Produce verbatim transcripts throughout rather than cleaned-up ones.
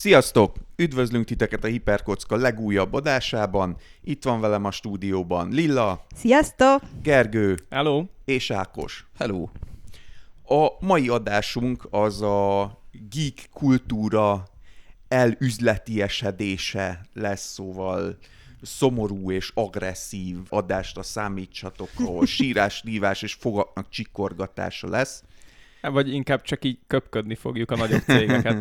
Sziasztok! Üdvözlünk titeket a Hiperkocka legújabb adásában. Itt van velem a stúdióban Lilla, Sziasztok! Gergő Hello! és Ákos. Hello! A mai adásunk az a geek kultúra elüzletiesedése lesz, szóval szomorú és agresszív adásra számítsatok, ahol sírás, rívás és fogaknak csikorgatása lesz. Vagy inkább csak így köpködni fogjuk a nagyobb cégeket.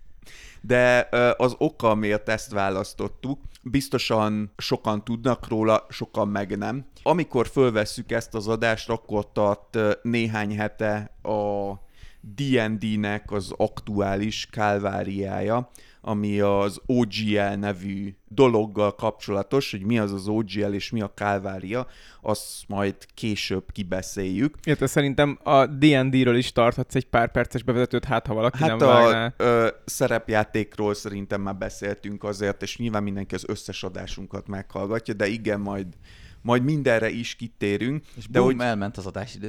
De az oka, miért ezt választottuk, biztosan sokan tudnak róla, sokan meg nem. Amikor fölvesszük ezt az adást, akkor tart néhány hete a dé és dé-nek az aktuális kálváriája, ami az o gé el nevű dologgal kapcsolatos, hogy mi az az o gé el és mi a kálvária, azt majd később kibeszéljük. Érte, szerintem a dé és dé-ről is tarthatsz egy pár perces bevezetőt, hát ha valaki hát nem a vágná. Hát a szerepjátékról szerintem már beszéltünk azért, és nyilván mindenki az összes adásunkat meghallgatja, de igen, majd majd mindenre is kitérünk. És de bum, hogy... elment az adásidő.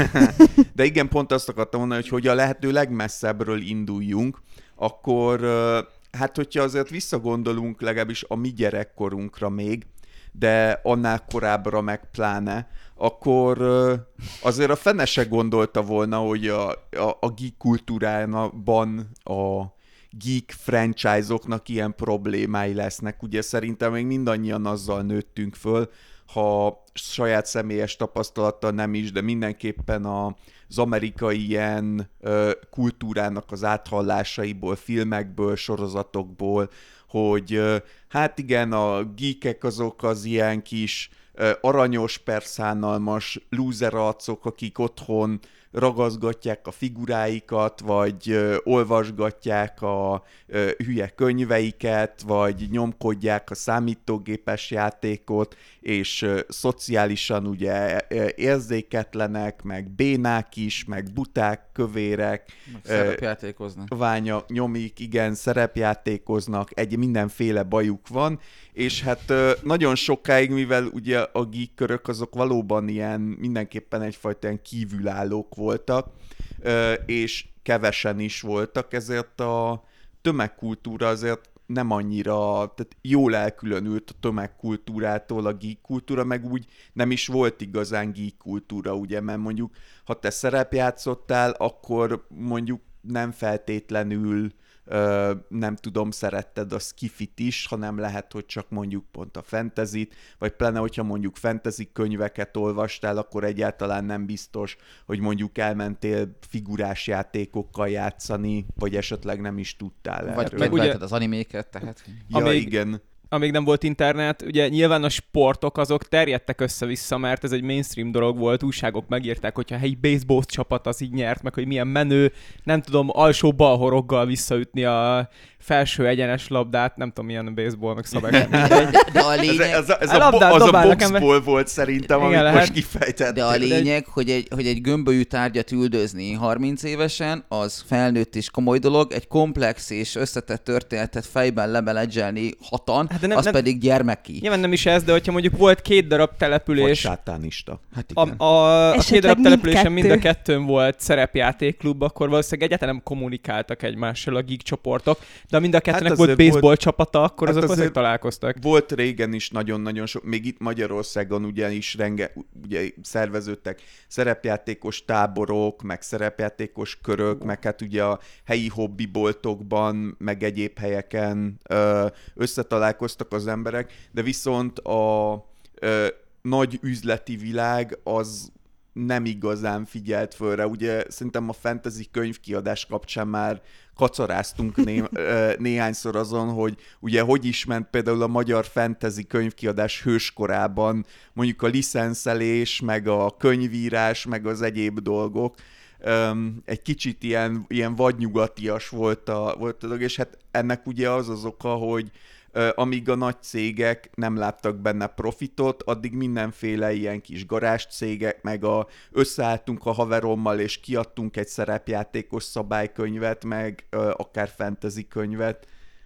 De igen, pont azt akartam mondani, hogy hogy a lehető legmesszebbről induljunk, akkor hát hogyha azért visszagondolunk legalábbis a mi gyerekkorunkra még, de annál korábbra meg pláne, akkor azért a fene se gondolta volna, hogy a, a, a geek kultúrában a geek franchise-oknak ilyen problémái lesznek. Ugye szerintem még mindannyian azzal nőttünk föl, ha saját személyes tapasztalattal nem is, de mindenképpen a, az amerikai ilyen ö, kultúrának az áthallásaiból, filmekből, sorozatokból, hogy ö, hát igen, a geekek azok az ilyen kis ö, aranyos, perszánalmas loser arcok, akik otthon ragazgatják a figuráikat, vagy ö, olvasgatják a ö, hülye könyveiket, vagy nyomkodják a számítógépes játékot, és ö, szociálisan ugye ö, érzéketlenek, meg bénák is, meg buták, kövérek. Szerepjátékoznak. Ványa, nyomik, igen, szerepjátékoznak, egy mindenféle bajuk van, és hát ö, nagyon sokáig, mivel ugye a geek körök azok valóban ilyen, mindenképpen egyfajta ilyen kívülállók voltak, ö, és kevesen is voltak, ezért a tömegkultúra azért nem annyira, tehát jól elkülönült a tömegkultúrától a geek kultúra, meg úgy nem is volt igazán geek kultúra, ugye, mert mondjuk, ha te szerepjátszottál, akkor mondjuk nem feltétlenül Ö, nem tudom, szeretted a skifit is, hanem lehet, hogy csak mondjuk pont a fantasyt, vagy pláne, hogyha mondjuk fantasy könyveket olvastál, akkor egyáltalán nem biztos, hogy mondjuk elmentél figurás játékokkal játszani, vagy esetleg nem is tudtál Vagy erről. kedvelted az animéket, tehát... Ja, Amíg- igen. Amíg nem volt internet, ugye nyilván a sportok azok terjedtek össze-vissza, mert ez egy mainstream dolog volt, újságok megírták, hogyha a helyi baseball csapat az így nyert, meg hogy milyen menő, nem tudom, alsó balhoroggal visszaütni a felső egyenes labdát, nem tudom, milyen baseballnak szabák. De, de a Ez, lényeg, ez, a, ez A a, bo- labdát az a dobálnak ember. boxból volt szerintem, Igen, amit lehet. most kifejtettél. de a lényeg, hogy egy, hogy egy gömbölyű tárgyat üldözni harminc évesen, az felnőtt és komoly dolog, egy komplex és összetett történetet fejben lemeledzselni hatan, Hát de nem- az nem- pedig gyermeki. Nyilván nem is ez, de hogyha mondjuk volt két darab Vagy település, sátánista. Hát a, igen. a, a két Esetleg darab településen mindkettő. mind a kettőn volt szerepjátékklub, akkor valószínűleg egyáltalán nem kommunikáltak egymással a geek csoportok, de mind a kettőnek Hát volt azért baseball csapata, akkor hát azok azért azért találkoztak. Volt régen is nagyon-nagyon sok, még itt Magyarországon ugyanis renge, ugye szerveződtek szerepjátékos táborok, meg szerepjátékos körök, meg hát ugye a helyi hobbiboltokban, meg egyéb helyeken ö, összetalálkoztak az emberek, de viszont a ö, nagy üzleti világ az nem igazán figyelt fölre. Ugye szerintem a fantasy könyvkiadás kapcsán már kacaráztunk né- ö, néhányszor azon, hogy ugye hogy is ment például a magyar fantasy könyvkiadás hőskorában, mondjuk a licenszelés, meg a könyvírás, meg az egyéb dolgok. Öm, egy kicsit ilyen, ilyen vadnyugatias volt a, volt a dolog, és hát ennek ugye az az oka, hogy amíg a nagy cégek nem láttak benne profitot, addig mindenféle ilyen kis garázs cégek, meg a, összeálltunk a haverommal, és kiadtunk egy szerepjátékos szabálykönyvet, meg akár fantasy könyvet.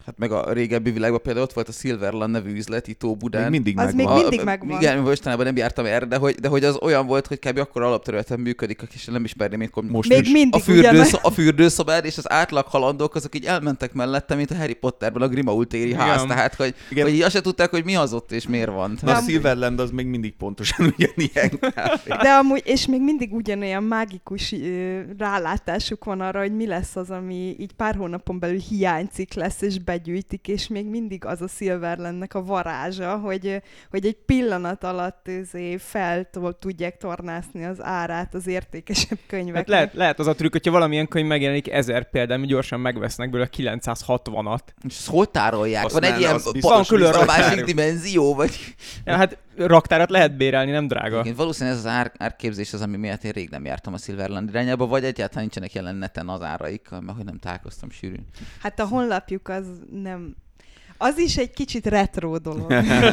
Hát meg a régebbi világban például ott volt a Silverland nevű üzlet itt Óbudán. Még mindig Az megvan. még mindig megvan. Igen, mostanában nem jártam erre, de hogy, de hogy az olyan volt, hogy kb. Akkor alapterületen működik, és nem ismerném, amikor Most Még is. mindig a, fürdősz, ugyanaz. a fürdőszobád és az átlag halandók azok így elmentek mellette, mint a Harry Potterben a Grimauld téri ház. Igen. Tehát, hogy, Igen. hogy így azt se tudták, hogy mi az ott és miért van. Na, a Nem. Silverland az még mindig pontosan ugyanilyen. De amúgy, és még mindig ugyanolyan mágikus ö, rálátásuk van arra, hogy mi lesz az, ami így pár hónapon belül hiányzik lesz, és begyűjtik, és még mindig az a Silverlandnek a varázsa, hogy, hogy egy pillanat alatt özé fel tudják tornászni az árát az értékesebb könyveknek. Hát lehet, lehet az a trükk, hogyha valamilyen könyv megjelenik ezer példán, gyorsan megvesznek belőle kilencszázhatvanat. És ezt hol tárolják? Azt van egy nem, ilyen az pa- biztos, van külön a másik raktárjuk. dimenzió, vagy... Ja, hát raktárat lehet bérelni, nem drága. Igen, valószínűleg ez az ár, árképzés az, ami miatt én rég nem jártam a Silverland irányába, vagy egyáltalán nincsenek jelen neten az áraik, mert hogy nem találkoztam sűrűn. Hát a honlapjuk az nem... Az is egy kicsit retro dolog.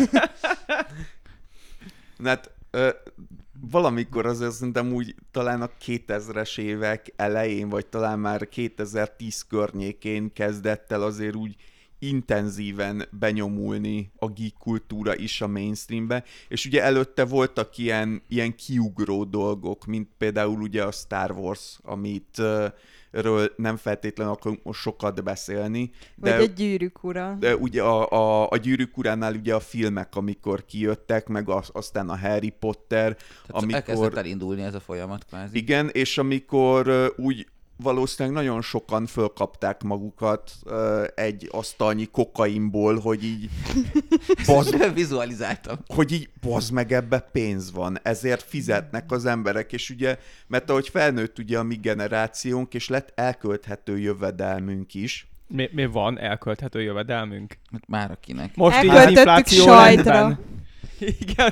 Hát ö, valamikor azért szerintem úgy talán a kétezres évek elején, vagy talán már kétezer-tíz környékén kezdett el azért úgy intenzíven benyomulni a geek kultúra is a mainstreambe, és ugye előtte voltak ilyen, ilyen kiugró dolgok, mint például ugye a Star Wars, amit ö, ről nem feltétlenül akarunk most sokat beszélni. Vagy De... egy Gyűrűk ura. De ugye a, a, a Gyűrűk uránál ugye a filmek, amikor kijöttek, meg az, aztán a Harry Potter, Tehát amikor... elkezdett elindulni ez a folyamat kvázi. Igen, és amikor uh, úgy valószínűleg nagyon sokan fölkapták magukat uh, egy asztalnyi kokainból, hogy így bazd, Vizualizáltam. hogy így bazd meg, ebbe pénz van, ezért fizetnek az emberek, és ugye, mert ahogy felnőtt ugye a mi generációnk, és lett elkölthető jövedelmünk is, Mi, mi van elkölthető jövedelmünk? Hát már akinek. Most így az Elköltöttük infláció sajtra. rendben. Igen.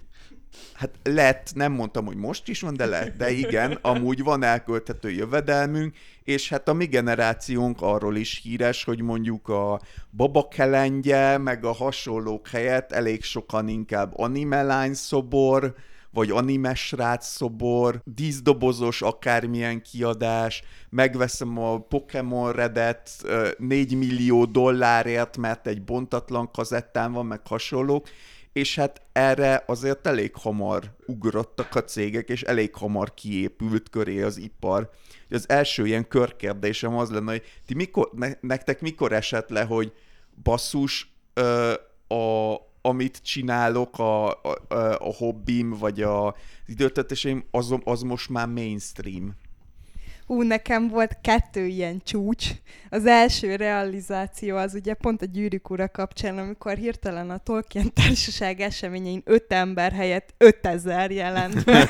hát lett, nem mondtam, hogy most is van, de lett, de igen, amúgy van elkölthető jövedelmünk, és hát a mi generációnk arról is híres, hogy mondjuk a babakelengye, meg a hasonlók helyett elég sokan inkább anime lány szobor, vagy anime srác szobor, díszdobozos akármilyen kiadás, megveszem a Pokémon Redet négy millió dollárért, mert egy bontatlan kazettán van, meg hasonlók, és hát erre azért elég hamar ugrottak a cégek, és elég hamar kiépült köré az ipar. Az első ilyen körkérdésem az lenne, hogy ti mikor, ne, nektek mikor esett le, hogy basszus, ö, a, amit csinálok, a, a, a hobbim, vagy a, az időtöltéseim, az, az most már mainstream. Hú, nekem volt kettő ilyen csúcs. Az első realizáció az ugye pont a Gyűrűk ura kapcsán, amikor hirtelen a Tolkien Társaság eseményein öt ember helyett ötezer jelent meg.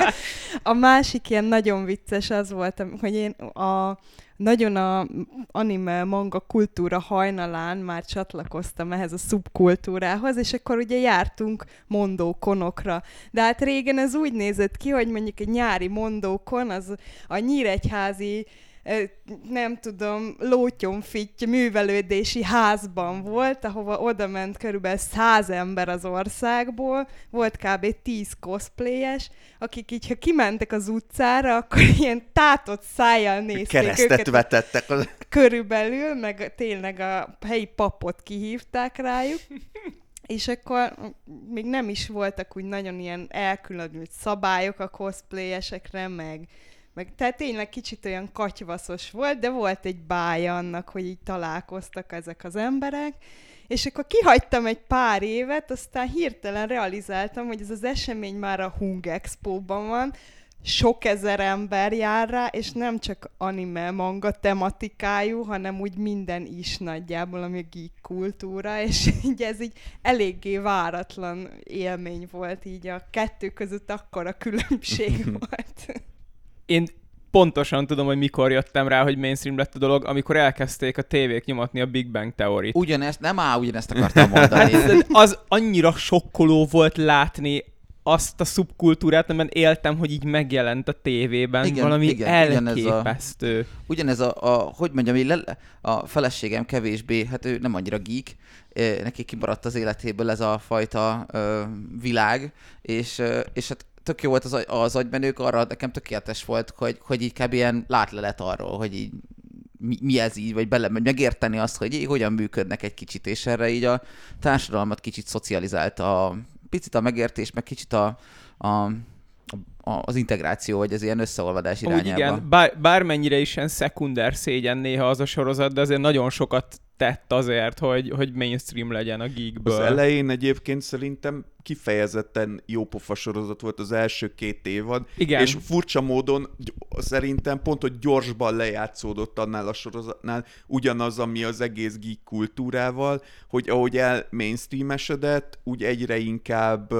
A másik ilyen nagyon vicces az volt, hogy én a nagyon a anime manga kultúra hajnalán már csatlakoztam ehhez a szubkultúrához, és akkor ugye jártunk mondókonokra. De hát régen ez úgy nézett ki, hogy mondjuk egy nyári mondókon az a nyíregyházi nem tudom, lótyomfitty művelődési házban volt, ahova oda ment körülbelül száz ember az országból, volt kb. tíz cosplayes, akik így, ha kimentek az utcára, akkor ilyen tátott szájjal nézték Keresztet őket vetettek. Az... körülbelül, meg tényleg a helyi papot kihívták rájuk. És akkor még nem is voltak úgy nagyon ilyen elkülönült szabályok a cosplayesekre, meg Meg, tehát tényleg kicsit olyan katyvaszos volt, de volt egy bája annak, hogy így találkoztak ezek az emberek, és akkor kihagytam egy pár évet, aztán hirtelen realizáltam, hogy ez az esemény már a Hung Expo-ban van, sok ezer ember jár rá, és nem csak anime, manga tematikájú, hanem úgy minden is nagyjából, ami a geek kultúra, és így ez így eléggé váratlan élmény volt, így a kettő között akkora különbség volt. Én pontosan tudom, hogy mikor jöttem rá, hogy mainstream lett a dolog, amikor elkezdték a tévék nyomatni a Big Bang Theory-t. Ugyanezt, nem áll, ugyanezt akartam mondani. Hát az annyira sokkoló volt látni azt a szubkultúrát, amiben éltem, hogy így megjelent a tévében. Igen, valami igen, elképesztő. Ugyanez a, a hogy mondjam, így le, a feleségem kevésbé, hát ő nem annyira geek, neki kimaradt az életéből ez a fajta ö, világ, és, és hát tök jó volt az, az agymenők, arra nekem tökéletes volt, hogy, hogy így kb. Ilyen látlelet arról, hogy így mi, mi ez így, vagy bele, megérteni azt, hogy jé, hogyan működnek egy kicsit, és erre így a társadalmat kicsit szocializálta, a, picit a megértés, meg kicsit a, a az integráció, vagy az ilyen összeolvadás irányába. Úgy igen, bár, bármennyire is ilyen szekunder szégyen néha az a sorozat, de azért nagyon sokat tett azért, hogy, hogy mainstream legyen a geekből. Az elején egyébként szerintem kifejezetten jópofa sorozat volt az első két évad, igen. És furcsa módon szerintem pont, hogy gyorsban lejátszódott annál a sorozatnál ugyanaz, ami az egész geek kultúrával, hogy ahogy el mainstreamesedett, úgy egyre inkább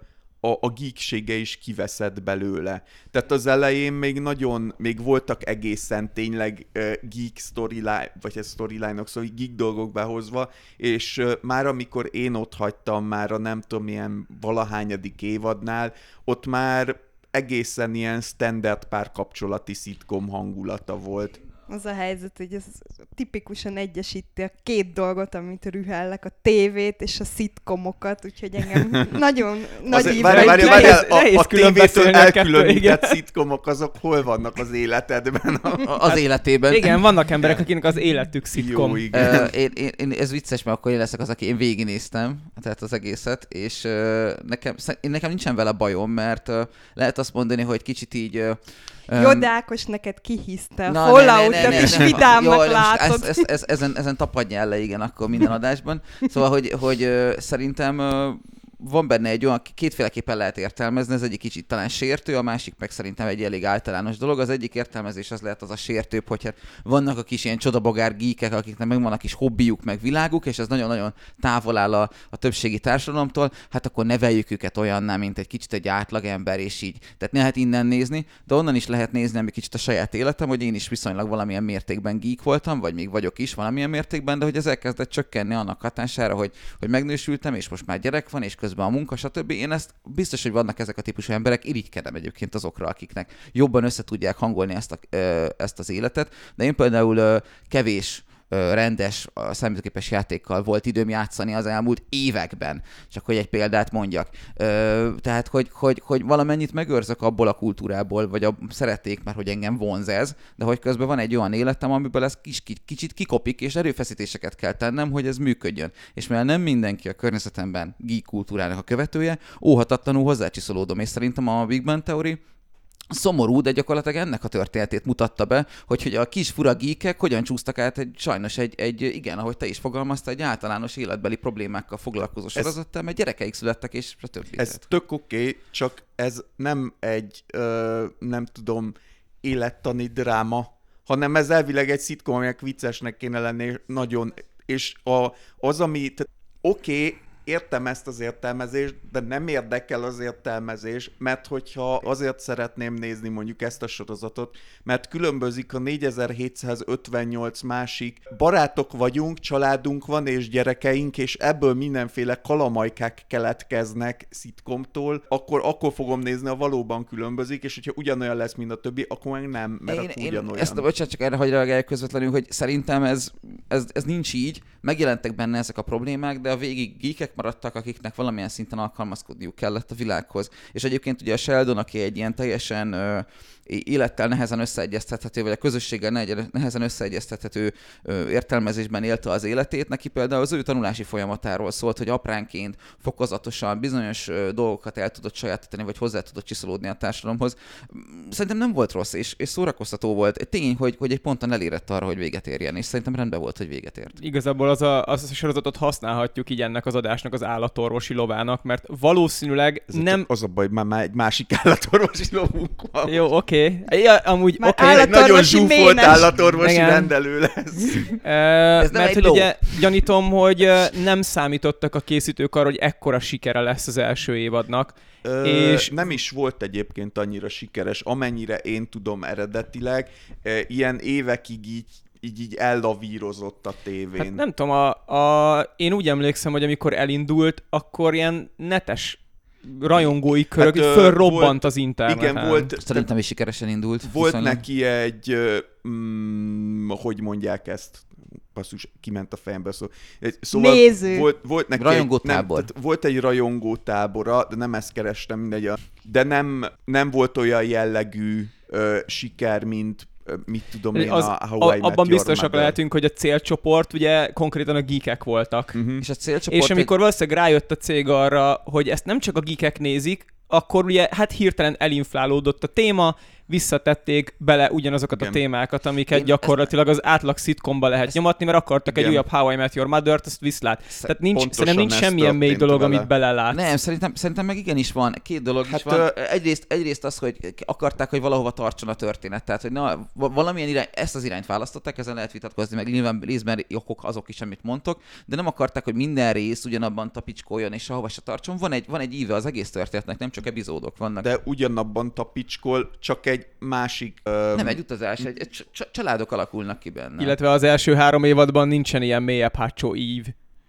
a, a geeksége is kiveszett belőle. Tehát az elején még nagyon, még voltak egészen tényleg uh, geek storyline, vagy ez storyline-ok, szóval geek dolgok behozva, és uh, már amikor én ott hagytam már a nem tudom milyen valahányadik évadnál, ott már egészen ilyen standard párkapcsolati szitkom hangulata volt. Az a helyzet, hogy ez tipikusan egyesíti a két dolgot, amit rühellek, a tévét és a szitkomokat, úgyhogy engem nagyon nagy Azért, ívre... várj, várj, várj, a, a tévétől elkülönített kettő, szitkomok, azok hol vannak az életedben? A, az hát, életében. Igen, vannak emberek, akinek az életük szitkom. Jó, igen. Uh, én, én, én, ez vicces, mert akkor én leszek az, aki én végignéztem, tehát az egészet, és uh, nekem, én nekem nincsen vele bajom, mert uh, lehet azt mondani, hogy kicsit így... Uh, Jó, de Ákos, neked kihiszte. Na, Falloutot is vidámnak jó, látod. Ez, ez, ez, ezen, ezen tapadjál le, igen, akkor minden adásban. Szóval, hogy, hogy uh, szerintem uh, van benne egy olyan, kétféleképpen lehet értelmezni, ez egyik kicsit talán sértő, a másik meg szerintem egy elég általános dolog. Az egyik értelmezés az lehet az a sértőbb, hogy hát vannak a kis ilyen csodabogár geekek, akiknek megvan a kis hobbiuk, meg világuk, és ez nagyon-nagyon távol áll a, a többségi társadalomtól, hát akkor neveljük őket olyanná, mint egy kicsit egy átlagember, és így. Tehát ne lehet innen nézni, de onnan is lehet nézni, ami kicsit a saját életem, hogy én is viszonylag valamilyen mértékben geek voltam, vagy még vagyok is valamilyen mértékben, de hogy ez elkezdett csökkenni annak hatására, hogy, hogy megnősültem, és most már gyerek van, és közben a munka, stb. Én ezt biztos, hogy vannak ezek a típusú emberek, irigykedem egyébként azokra, akiknek jobban össze tudják hangolni ezt, a, ezt az életet, de én például kevés rendes számítógépes játékkal volt időm játszani az elmúlt években, csak hogy egy példát mondjak. Tehát, hogy, hogy, hogy valamennyit megőrzök abból a kultúrából, vagy a, szerették, mert hogy engem vonz ez, de hogy közben van egy olyan életem, amiből ez kis, kicsit kikopik, és erőfeszítéseket kell tennem, hogy ez működjön. És mivel nem mindenki a környezetemben geek kultúrának a követője, óhatatlanul hozzácsiszolódom, és szerintem a Big Bang Theory szomorú, de gyakorlatilag ennek a történetét mutatta be, hogy, hogy a kis fura geekek hogyan csúsztak át egy, sajnos egy, egy, igen, ahogy te is fogalmaztál, egy általános életbeli problémákkal foglalkozó sorozattal, mert gyerekeik születtek, és a többi. Ez tök oké, okay, csak ez nem egy, ö, nem tudom, élettani dráma, hanem ez elvileg egy szitkom, aminek viccesnek kéne lenni, nagyon, és a, az, ami, oké, okay, értem ezt az értelmezést, de nem érdekel az értelmezés, mert hogyha azért szeretném nézni mondjuk ezt a sorozatot, mert különbözik a négyezer-hétszázötvennyolc másik. Barátok vagyunk, családunk van és gyerekeink, és ebből mindenféle kalamajkák keletkeznek szitkomtól, akkor, akkor fogom nézni, a valóban különbözik, és hogyha ugyanolyan lesz, mint a többi, akkor meg nem, mert én, akkor én ugyanolyan. Ezt, bocsánat, csak erre hagyj reagálják közvetlenül, hogy szerintem ez, ez, ez nincs így, megjelentek benne ezek a problémák, de a végig geekek maradtak, akiknek valamilyen szinten alkalmazkodniuk kellett a világhoz. És egyébként ugye a Sheldon, aki egy ilyen teljesen ö, élettel nehezen összeegyeztethető, vagy a közösséggel nehezen összeegyeztethető ö, értelmezésben élte az életét, neki például az ő tanulási folyamatáról szólt, hogy apránként, fokozatosan bizonyos ö, dolgokat el tudott sajátítani, vagy hozzá tudott csiszolódni a társadalomhoz. Szerintem nem volt rossz, és, és szórakoztató volt. Tény, hogy, hogy egy ponton elérett arra, hogy véget érjen, és szerintem rendben volt, hogy véget ért. Igazából az a, az a sorozatot használhatjuk így ennek az adásnak az állatorvosi lovának, mert valószínűleg Ez nem... Az a baj, már, már egy másik állatorvosi lovunk van. Jó, oké. Okay. Ja, amúgy oké. Okay. Egy nagyon zsúfolt ménes. állatorvosi Igen. rendelő lesz. Uh, mert hogy ló. ugye gyanítom, hogy uh, nem számítottak a készítők arra, hogy ekkora sikere lesz az első évadnak. Ö, és nem is volt egyébként annyira sikeres, amennyire én tudom eredetileg. E, ilyen évekig így így, így ellavírozott a tévén. Hát nem tudom, a, a, én úgy emlékszem, hogy amikor elindult, akkor ilyen netes rajongói körök, hát, fölrobbant volt, az interneten. Igen, volt. Szerintem is sikeresen indult. Volt viszonylag. neki egy, mm, hogy mondják ezt? Basszus, kiment a fejembe szó. Szóval Néző. Volt, volt neki rajongótábor. Egy, nem, volt egy rajongótábora, de nem ezt kerestem, mindegy. De nem, nem volt olyan jellegű ö, siker, mint mit tudom én, az, a Hawaii a, abban Meteor biztosak Mother. lehetünk, hogy a célcsoport ugye konkrétan a geekek voltak. Uh-huh. És a célcsoport... És amikor valószínűleg rájött a cég arra, hogy ezt nem csak a geekek nézik, akkor ugye hát hirtelen elinflálódott a téma, visszatették bele ugyanazokat Igen. a témákat, amiket Én gyakorlatilag az átlag szitkomba lehet ezt- nyomatni, mert akartak igen. egy újabb How I Met Your Mother-t, azt viszlát. Tehát nincs, pontosan szerintem nincs ez semmilyen mély történt dolog, vele. amit belelátsz. Nem, szerintem, szerintem meg igenis van. Két dolog Hát, is van. ö- Egyrészt, egyrészt az, hogy akarták, hogy valahova tartson a történet. Tehát, hogy na, va- valamilyen irány, ezt az irányt választották, ezen lehet vitatkozni, meg nyilván részben okok azok is, amit mondtok, de nem akarták, hogy minden rész ugyanabban tapicskoljon, és ahova se tartson. Van egy, van egy íve az egész történetnek, nem csak epizódok vannak. De ugyanabban tapicskol, csak egy másik... Um, Nem egy utazás, egy, egy cs- családok alakulnak ki benne. Illetve az első három évadban nincsen ilyen mélyebb hátsó ív.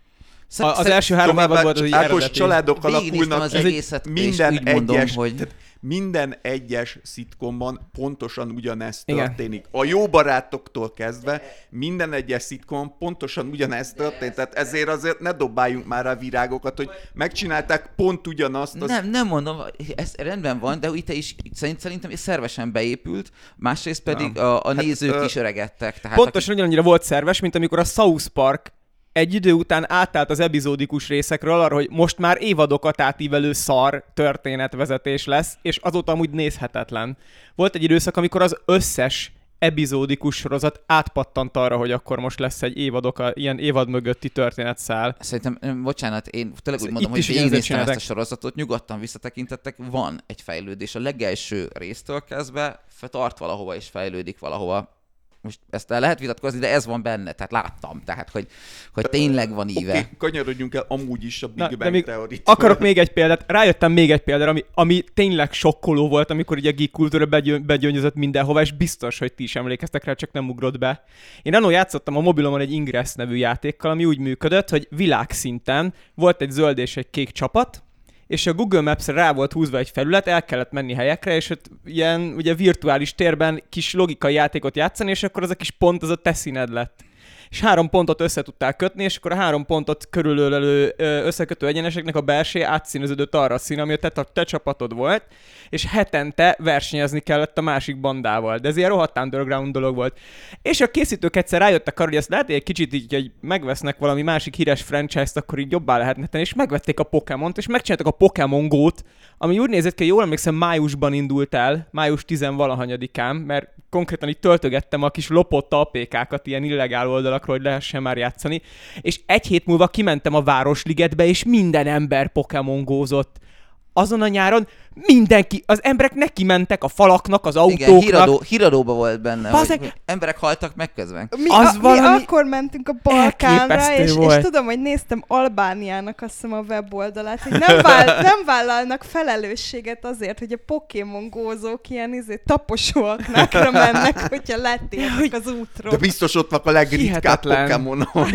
A, az első három évad továbbá volt az így Ákos eredeti. családok Végignéztem alakulnak az ki, egészet, és minden úgy mondom, egyes, hogy- tehát minden egyes szitkomban pontosan ugyanezt Igen. történik. A jó barátoktól kezdve minden egyes szitkom pontosan ugyanezt történt. Tehát ezért azért ne dobáljunk már rá virágokat, hogy megcsinálták pont ugyanazt. Az... Nem, nem mondom, ez rendben van, de itt is szerint, szerintem ez szervesen beépült, másrészt pedig Ja. a, a Hát, nézők ö, is öregedtek. Tehát Pontosan ugyanannyira volt szerves, mint amikor a South Park egy idő után átállt az epizódikus részekről arra, hogy most már évadokat átívelő szar történetvezetés lesz, és azóta amúgy nézhetetlen. Volt egy időszak, amikor az összes epizódikus sorozat átpattant arra, hogy akkor most lesz egy évadok, ilyen évad mögötti történetszál. Szerintem, nem, bocsánat, én tényleg úgy Ez mondom, itt is hogy ugyanezet végignéztem ezt a csinálták. sorozatot, nyugodtan visszatekintettek, van egy fejlődés. A legelső résztől kezdve fe- tart valahova és fejlődik valahova. Most ezt el lehet vitatkozni, de ez van benne, tehát láttam, tehát hogy, hogy tényleg van íve. Oké, okay, kanyarodjunk el amúgy is a Big Na, de Bang még Theory-től. Akarok még egy példát, rájöttem még egy példára, ami, ami tényleg sokkoló volt, amikor ugye a geek kultúra begyö- begyöngyözött mindenhova, és biztos, hogy ti is emlékeztek rá, csak nem ugrott be. Én annól játszottam a mobilomon egy Ingress nevű játékkal, ami úgy működött, hogy világszinten volt egy zöld és egy kék csapat, és a Google Maps-re rá volt húzva egy felület, el kellett menni helyekre, és ott ilyen ugye virtuális térben kis logikai játékot játszani, és akkor az a kis pont, az a te színed lett. És három pontot össze tudtál kötni, és akkor a három pontot körülölelő ö, összekötő egyeneseknek a belseje átszíneződött arra a szín, ami a te, a te csapatod volt, és hetente versenyezni kellett a másik bandával. De ez ilyen rohadt underground dolog volt. És a készítők egyszer rájöttek arra, hogy ezt lehet, hogy egy kicsit így, hogy megvesznek valami másik híres franchise-t, akkor így jobbá lehetne tenni, és megvették a Pokémont, és megcsináltak a Pokémon Go-t, ami úgy nézett ki, hogy jól emlékszem, májusban indult el, május tizenvalahanyadikán, mert konkrétan így töltögettem a kis lopott á pé ká-kat ilyen illegál oldalakról, hogy lehessen már játszani, és egy hét múlva kimentem a Városligetbe, és minden ember Pokémon Go-zott. Azon a nyáron mindenki, az emberek neki mentek a falaknak, az autóknak. Igen, híradó, híradóba volt benne, Bazeg- hogy emberek haltak meg közben. Mi, Az a, valami mi akkor mentünk a Balkánra, elképesztő és, és volt. tudom, hogy néztem Albániának azt hiszem a weboldalát, hogy nem, vál, nem vállalnak felelősséget azért, hogy a Pokémon gózók ilyen izé, taposóaknákra mennek, hogyha letérnek az útról. De biztos ott vannak a legritkább Hihetetlen. Pokémonon.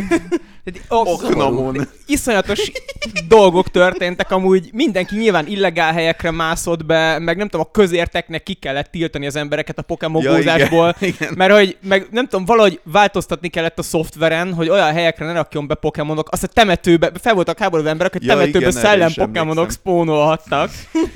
Oh, Oknomon. Iszonyatos dolgok történtek amúgy, mindenki nyilván illegál helyekre mászott be, meg nem tudom, a közérteknek ki kellett tiltani az embereket a Pokémon Ja, gózásból, igen, igen. mert hogy, meg nem tudom, valahogy változtatni kellett a szoftveren, hogy olyan helyekre ne rakjon be Pokémonok, azt a temetőbe, fel voltak háborús emberek, hogy Ja, temetőbe igen, szellem erre is Pokémonok emlékszem. spónolhattak.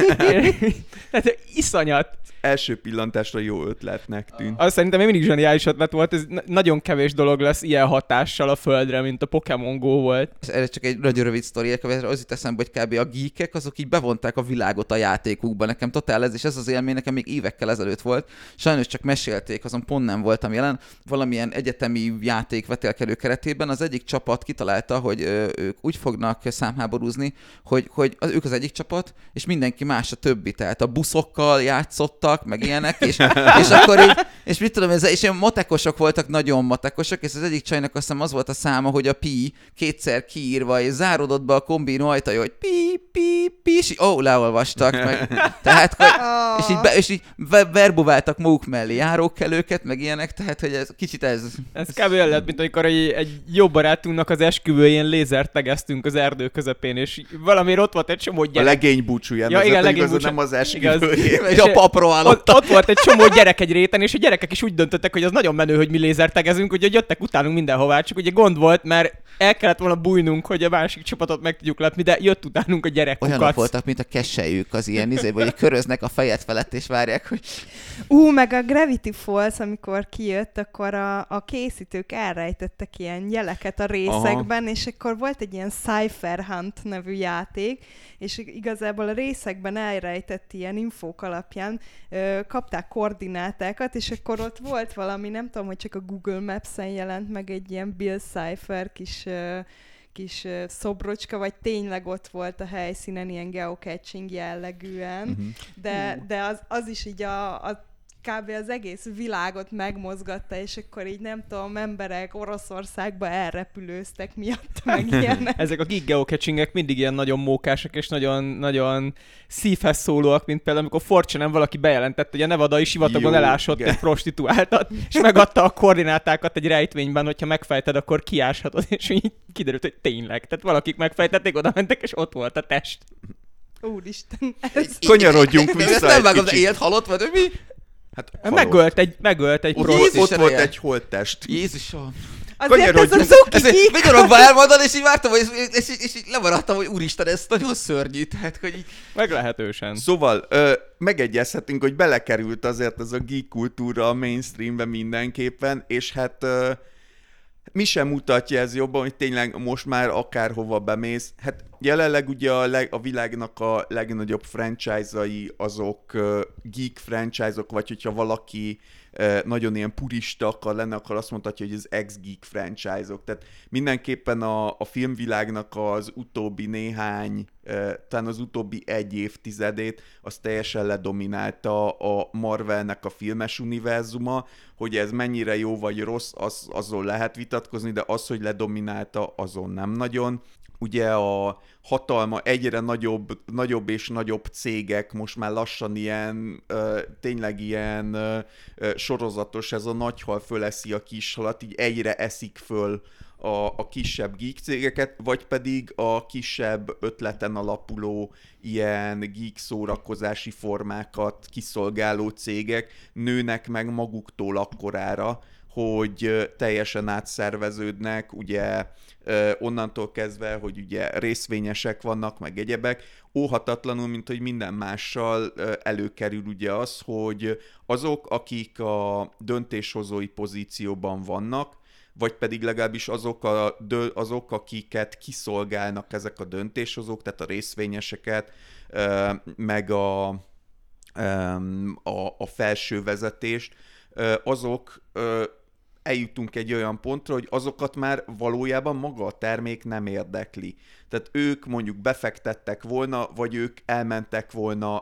Tehát iszonyat. Első pillantásra jó ötletnek tűnt. Az szerintem még mindig zseniális ötlet volt, ez na- nagyon kevés dolog lesz ilyen hatással a földre, mint a Pokémon Go volt. És erre csak egy nagyon rövid sztori, az jut eszembe, hogy kb. A geekek azok így bevonták a világot a játékukba. Nekem totál ez, és ez az élmény nekem még évekkel ezelőtt volt. Sajnos csak mesélték, azon pont nem voltam jelen. Valamilyen egyetemi játék vetélkedő keretében az egyik csapat kitalálta, hogy ö, ők úgy fognak számháborúzni, hogy, hogy az, ők az egyik csapat, és mindenki más a többi. Tehát a buszokkal játszottak, meg ilyenek, és, és akkor így, és mit tudom, ez, és ilyen matekosok voltak, nagyon matekosok, és az egyik csajnak azt hiszem az volt a száma, hogy a pi kétszer kiírva, és záródott be a kombinó ajtaja, hogy pi, pi, pi, és így, ó, leolvastak meg. Tehát, hogy, és így, be, és így ve- verbuváltak maguk mellé járókelőket, meg ilyenek, tehát, hogy ez kicsit ez... Ez kb. Olyan lett, mint amikor egy, egy jó barátunknak az esküvőjén lézert tegeztünk az erdő közepén, és valamiért ott volt egy csomó A gyerek. legény búcsúján, Ja, ja, igen, igen, legény igaz, búcsú. nem az Igaz. esküvőjén. És a papról állott. Ott, ott volt egy csomó gyerek egy réten, és a gyerekek is úgy döntöttek, hogy az nagyon menő, hogy mi lézertegezünk, úgyhogy jöttek utánunk mindenhová, csak ugye gond volt, mert el kellett volna bújnunk, hogy a másik csapatot meg tudjuk látni, de jött utánunk a Olyan nap gyerekkukac. voltak, mint a keselyük az ilyen izéből, hogy köröznek a fejed felett, és várják, hogy... Ú, meg a Gravity Falls, amikor kijött, akkor a, a készítők elrejtettek ilyen jeleket a részekben, aha. és akkor volt egy ilyen Cypher Hunt nevű játék, és igazából a részekben elrejtett ilyen infók alapján ö, kapták koordinátákat, és akkor ott volt valami, nem tudom, hogy csak a Google Maps-en jelent meg egy ilyen Bill Cipher kis... Ö, kis uh, szobrocska, vagy tényleg ott volt a helyszínen ilyen geocaching jellegűen, uh-huh. de, de az, az is így a, a kb. Az egész világot megmozgatta, és akkor így nem tudom, emberek Oroszországba elrepülőztek miatt, meg ilyenek. Ezek a geek geocachingek mindig ilyen nagyon mókásak, és nagyon, nagyon szívhez szólóak, mint például, amikor Fortune-en valaki bejelentett, hogy a nevadai sivatagon elásott egy prostituáltat, és megadta a koordinátákat egy rejtvényben, hogyha megfejted, akkor kiáshatod, és így kiderült, hogy tényleg. Tehát valakik megfejtették, oda mentek, és ott volt a test. Úristen. Ez... Kanyarodjunk vissza ezt nem vágom, de élt, halott, vagy mi? Hát megölt egy, megölt egy ott, ott, ott volt egy holttest. Jézusom. Azért ez a Zuki vigyorogva elmondani, és így vártam, és, és, és, és így lemaradtam, hogy úristen, ez nagyon szörnyű, tehát, hogy így... Meglehetősen. Szóval ö, megegyezhetünk, hogy belekerült azért ez a geek kultúra a mainstreambe mindenképpen, és hát ö, mi sem mutatja ez jobban, hogy tényleg most már akárhova bemész. Hát jelenleg ugye a, leg, a világnak a legnagyobb franchise-ai azok uh, geek franchise-ok, vagy hogyha valaki uh, nagyon ilyen purista akar lenni, akkor azt mondhatja, hogy az ex-geek franchise-ok. Tehát mindenképpen a, a filmvilágnak az utóbbi néhány, uh, talán az utóbbi egy évtizedét, az teljesen ledominálta a Marvelnek a filmes univerzuma, hogy ez mennyire jó vagy rossz, az, azon lehet vitatkozni, de az, hogy ledominálta, azon nem nagyon. Ugye a hatalma egyre nagyobb, nagyobb és nagyobb cégek, most már lassan ilyen, ö, tényleg ilyen ö, sorozatos, ez a nagy hal föleszi a kis halat, így egyre eszik föl a, a kisebb geek cégeket, vagy pedig a kisebb ötleten alapuló ilyen geek szórakozási formákat kiszolgáló cégek nőnek meg maguktól akkorára, hogy teljesen átszerveződnek, ugye onnantól kezdve, hogy ugye részvényesek vannak, meg egyebek, óhatatlanul, mint hogy minden mással előkerül ugye az, hogy azok, akik a döntéshozói pozícióban vannak, vagy pedig legalábbis azok, a, azok, akiket kiszolgálnak ezek a döntéshozók, tehát a részvényeseket, meg a, a, a felső vezetést, azok eljutunk egy olyan pontra, hogy azokat már valójában maga a termék nem érdekli. Tehát ők mondjuk befektettek volna, vagy ők elmentek volna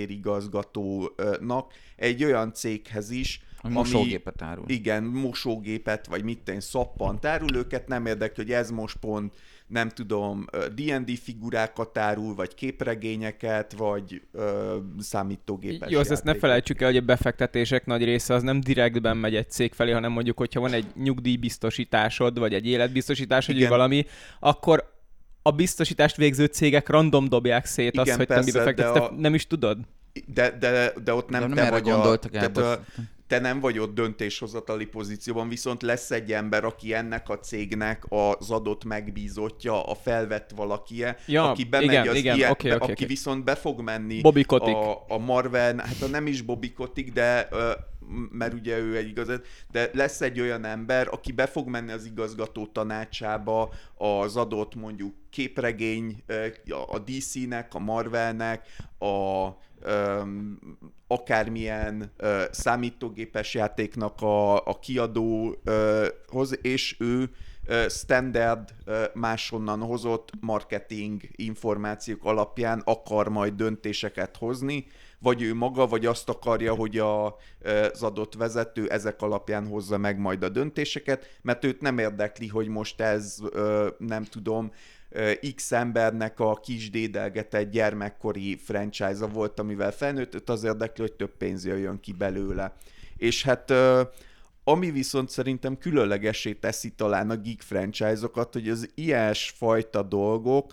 vezérigazgatónak egy olyan céghez is, ami mosógépet árul. Igen, mosógépet, vagy mit tenni, szappant árul, őket nem érdekli, hogy ez most pont, nem tudom, dé end dé figurákat árul, vagy képregényeket, vagy ö, számítógépes Jó, ezt ne felejtsük el, hogy a befektetések nagy része az nem direktben megy egy cég felé, hanem mondjuk, hogyha van egy nyugdíjbiztosításod, vagy egy életbiztosításod, vagy valami, akkor a biztosítást végző cégek random dobják szét igen, azt, hogy persze, te mi befektetsz, a... nem is tudod? De, de, de ott nem, de te vagy a... Tehát, te nem vagy ott döntéshozatali pozícióban, viszont lesz egy ember, aki ennek a cégnek az adott megbízottja, a felvett valakie, ja, aki bemegy igen, az igen, ilyen, okay, be, okay, aki okay. viszont be fog menni Bobby Kotick. a, a Marvel, hát a nem is Bobby Kotick, de mert ugye ő egy igazat, de lesz egy olyan ember, aki be fog menni az igazgató tanácsába az adott mondjuk képregény, a dé cé-nek, a Marvelnek, a Um, akármilyen uh, számítógépes játéknak a, a kiadóhoz, uh, és ő uh, standard uh, máshonnan hozott marketing információk alapján akar majd döntéseket hozni, vagy ő maga, vagy azt akarja, hogy a, az adott vezető ezek alapján hozza meg majd a döntéseket, mert őt nem érdekli, hogy most ez, uh, nem tudom, X embernek a kis dédelgetett gyermekkori franchise-a volt, amivel felnőtt, az érdekli, hogy több pénz jöjjön ki belőle. És hát ami viszont szerintem különlegessé teszi talán a geek franchise-okat, hogy az ilyesfajta dolgok,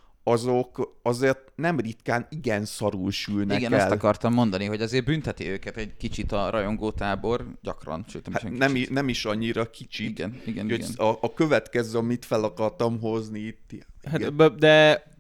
azok azért nem ritkán igen szarul sülnek igen, el. ezt akartam mondani, hogy azért bünteti őket egy kicsit a rajongótábor, gyakran, sőt nem, hát is nem, nem is annyira kicsit. Igen, igen, igen. A, a következő, amit fel akartam hozni itt. Hát, de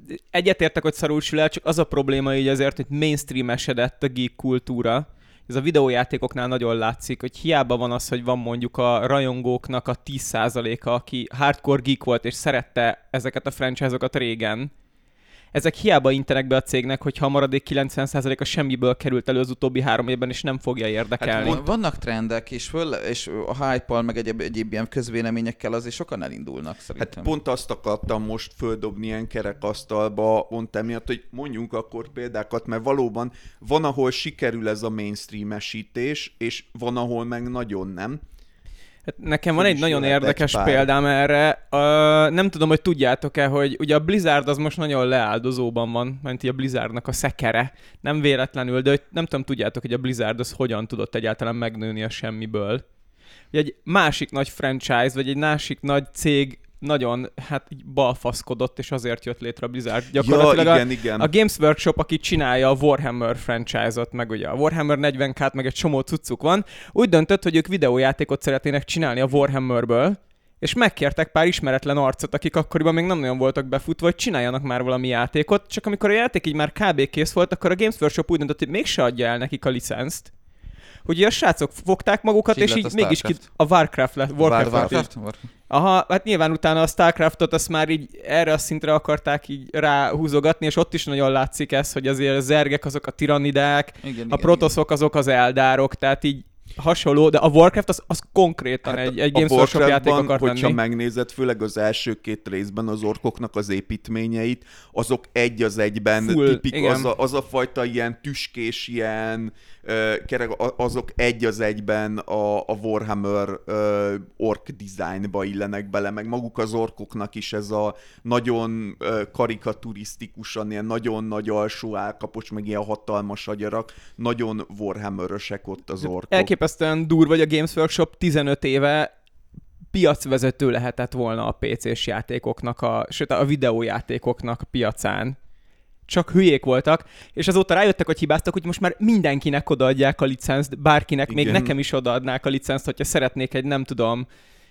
egyetértek, hogy szarul sül el, csak az a probléma így azért, hogy mainstream-esedett a geek kultúra. Ez a videójátékoknál nagyon látszik, hogy hiába van az, hogy van mondjuk a rajongóknak a tíz százaléka, aki hardcore geek volt és szerette ezeket a franchise-okat régen. Ezek hiába intenek be a cégnek, hogyha a maradék kilencven százaléka semmiből került elő az utóbbi három évben, és nem fogja érdekelni. Hát vannak trendek, és, föl, és a hype-al, meg egyéb, egyéb ilyen közvéleményekkel azért sokan elindulnak szerintem. Hát pont azt akartam most földobni ilyen kerekasztalba, pont emiatt, hogy mondjunk akkor példákat, mert valóban van, ahol sikerül ez a mainstreamesítés, és van, ahol meg nagyon nem. Hát nekem van egy nagyon érdekes egy példám erre. Uh, nem tudom, hogy tudjátok-e, hogy ugye a Blizzard az most nagyon leáldozóban van, mert a Blizzardnak a szekere. Nem véletlenül, de nem tudom, tudjátok, hogy a Blizzard az hogyan tudott egyáltalán megnőni a semmiből. Ugye egy másik nagy franchise, vagy egy másik nagy cég nagyon hát így balfaszkodott, és azért jött létre a Blizzard. Gyakorlatilag ja, igen, a, igen. a Games Workshop, aki csinálja a Warhammer franchise-ot, meg ugye a Warhammer negyven ká-t, meg egy csomó cuccuk van, úgy döntött, hogy ők videójátékot szeretnének csinálni a Warhammerből, és megkértek pár ismeretlen arcot, akik akkoriban még nem nagyon voltak befutva, hogy csináljanak már valami játékot, csak amikor a játék így már kb. Kész volt, akkor a Games Workshop úgy döntött, hogy mégse adja el nekik a licenszt. Hogy a srácok fogták magukat, és így mégis ki... A Warcraft lett. Warcraft. Warcraft? Warcraft? Aha, hát nyilván utána a Starcraftot azt már így erre a szintre akarták így ráhúzogatni, és ott is nagyon látszik ez, hogy azért a zergek azok a tirannidák, igen, a protoszok azok az eldárok, tehát így hasonló, de a Warcraft az, az konkrétan hát egy, egy Games Workshop játék akar lenni. Hogyha megnézed, főleg az első két részben az orkoknak az építményeit, azok egy az egyben Full, tipik, az a, az a fajta ilyen tüskés, ilyen uh, kerek, azok egy az egyben a, a Warhammer uh, ork designba illenek bele, meg maguk az orkoknak is ez a nagyon uh, karikaturisztikusan, ilyen nagyon nagy alsó állkapos, meg ilyen hatalmas agyarak, nagyon Warhammer-ösek ott az orkok. Elképesztően durva, vagy a Games Workshop tizenöt éve piacvezető lehetett volna a pé cés játékoknak, a, sőt a videójátékoknak a piacán. Csak hülyék voltak, és azóta rájöttek, hogy hibáztak, hogy most már mindenkinek odaadják a licenzt, bárkinek, igen. Még nekem is odaadnák a licenzt, hogyha szeretnék egy, nem tudom,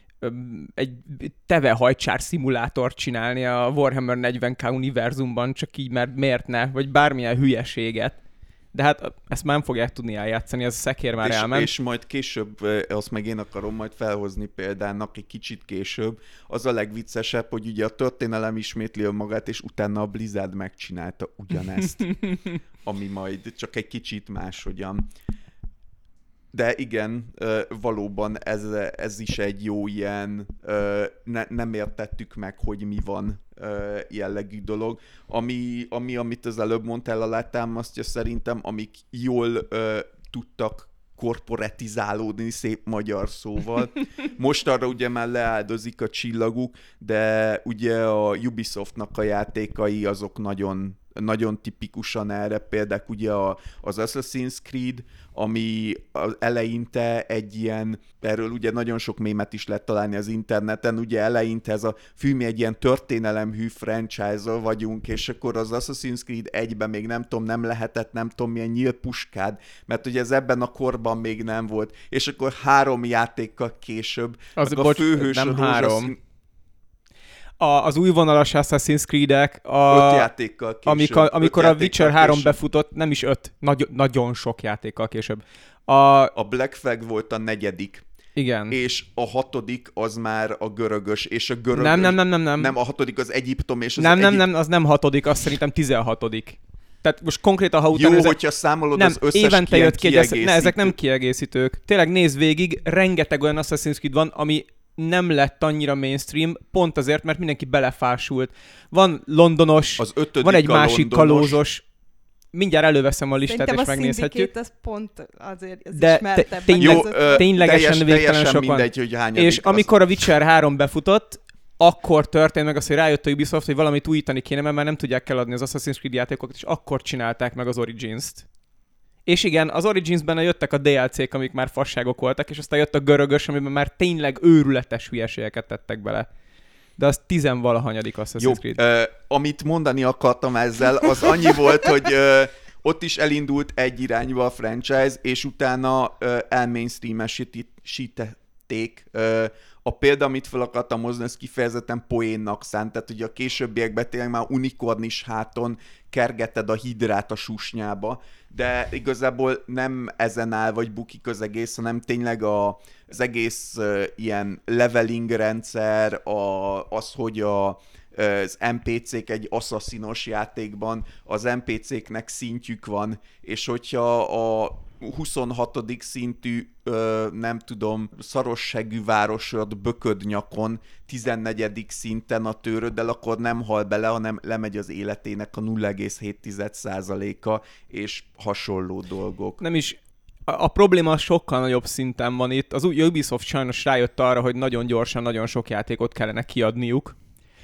egy tevehajcsár szimulátort csinálni a Warhammer negyven ká univerzumban, csak így, mert miért ne, vagy bármilyen hülyeséget. De hát ezt már nem fogják tudni eljátszani, ez a szekér már és, elment. És majd később, azt meg én akarom majd felhozni példának egy kicsit később, az a legviccesebb, hogy ugye a történelem ismétli önmagát, és utána a Blizzard megcsinálta ugyanezt, ami majd csak egy kicsit máshogyan. De igen, valóban ez, ez is egy jó ilyen, ne, nem értettük meg, hogy mi van jellegű dolog. Ami, ami, amit az előbb mondtál, alátámasztja szerintem, amik jól tudtak korporatizálódni, szép magyar szóval. Most arra ugye már leáldozik a csillaguk, de ugye a Ubisoftnak a játékai azok nagyon, nagyon tipikusan erre, például ugye a, az Assassin's Creed, ami az eleinte egy ilyen, erről ugye nagyon sok mémet is lehet találni az interneten, ugye eleinte ez a fű, mi egy ilyen történelemhű franchise-al vagyunk, és akkor az Assassin's Creed egyben még nem tudom, nem lehetett, nem tudom, milyen nyílpuskád, mert ugye ez ebben a korban még nem volt, és akkor három játékkal később, az meg bocs, a főhős nem a három. rózsaszín... A, az új vonalas Assassin's Creed-ek, a, öt játékkal később. Amikor, amikor a Witcher három később. befutott, nem is öt, nagy, nagyon sok játékkal később. A, a Black Flag volt a negyedik. Igen. És a hatodik az már a görögös, és a görögös... Nem, nem, nem, nem, nem. Nem, a hatodik az Egyiptom, és az Nem, nem, Egyip... nem, az nem hatodik, az szerintem tizenhatodik. Tehát most konkrétan, ha utána... Jó, ezek... hogyha számolod nem, az összes évente jött ki egy kiegészítő... Ne, ezek nem kiegészítők. Tényleg nézd végig, rengeteg olyan Assassin's Creed van, ami nem lett annyira mainstream, pont azért, mert mindenki belefásult. Van londonos, az van egy másik londonos. kalózos, mindjárt előveszem a listát, Szerintem és a megnézhetjük. Syndicate az pont azért az De ismertebb. tény- Jó, ez ö, ténylegesen teljes, végtelen teljesen sok van. mindegy, hogy hányadik. És amikor a Witcher három befutott, akkor történt meg az, hogy rájött a Ubisoft, hogy valamit újítani kéne, mert már nem tudják eladni az Assassin's Creed játékokat, és akkor csinálták meg az Origins-t. És igen, az Origins-ben jöttek a dé el cé-k, amik már fasságok voltak, és aztán jött a görögös, amiben már tényleg őrületes hülyeségeket tettek bele. De az tizenvalahanyadik Assassin's Jó, Creed. ö, amit mondani akartam ezzel, az annyi volt, hogy ö, ott is elindult egy irányba a franchise, és utána ö, elmainstreamesítették játék, a példa, amit fel akartam hozni, ez kifejezetten poénnak szánt, tehát ugye a későbbiekben tényleg már unikornis háton kergeted a hidrát a susnyába, de igazából nem ezen áll, vagy bukik az egész, hanem tényleg a, az egész uh, ilyen leveling rendszer, a, az, hogy a, az en pé cé-k egy asszasszinos játékban, az en pé cé-knek szintjük van, és hogyha a huszonhatodik szintű, ö, nem tudom, szarossegű városod bököd nyakon, tizennegyedik szinten a tőröddel, akkor nem hal bele, hanem lemegy az életének a nulla egész hét százaléka, és hasonló dolgok. Nem is, a, a probléma sokkal nagyobb szinten van itt. Az Ubisoft sajnos rájött arra, hogy nagyon gyorsan, nagyon sok játékot kellene kiadniuk,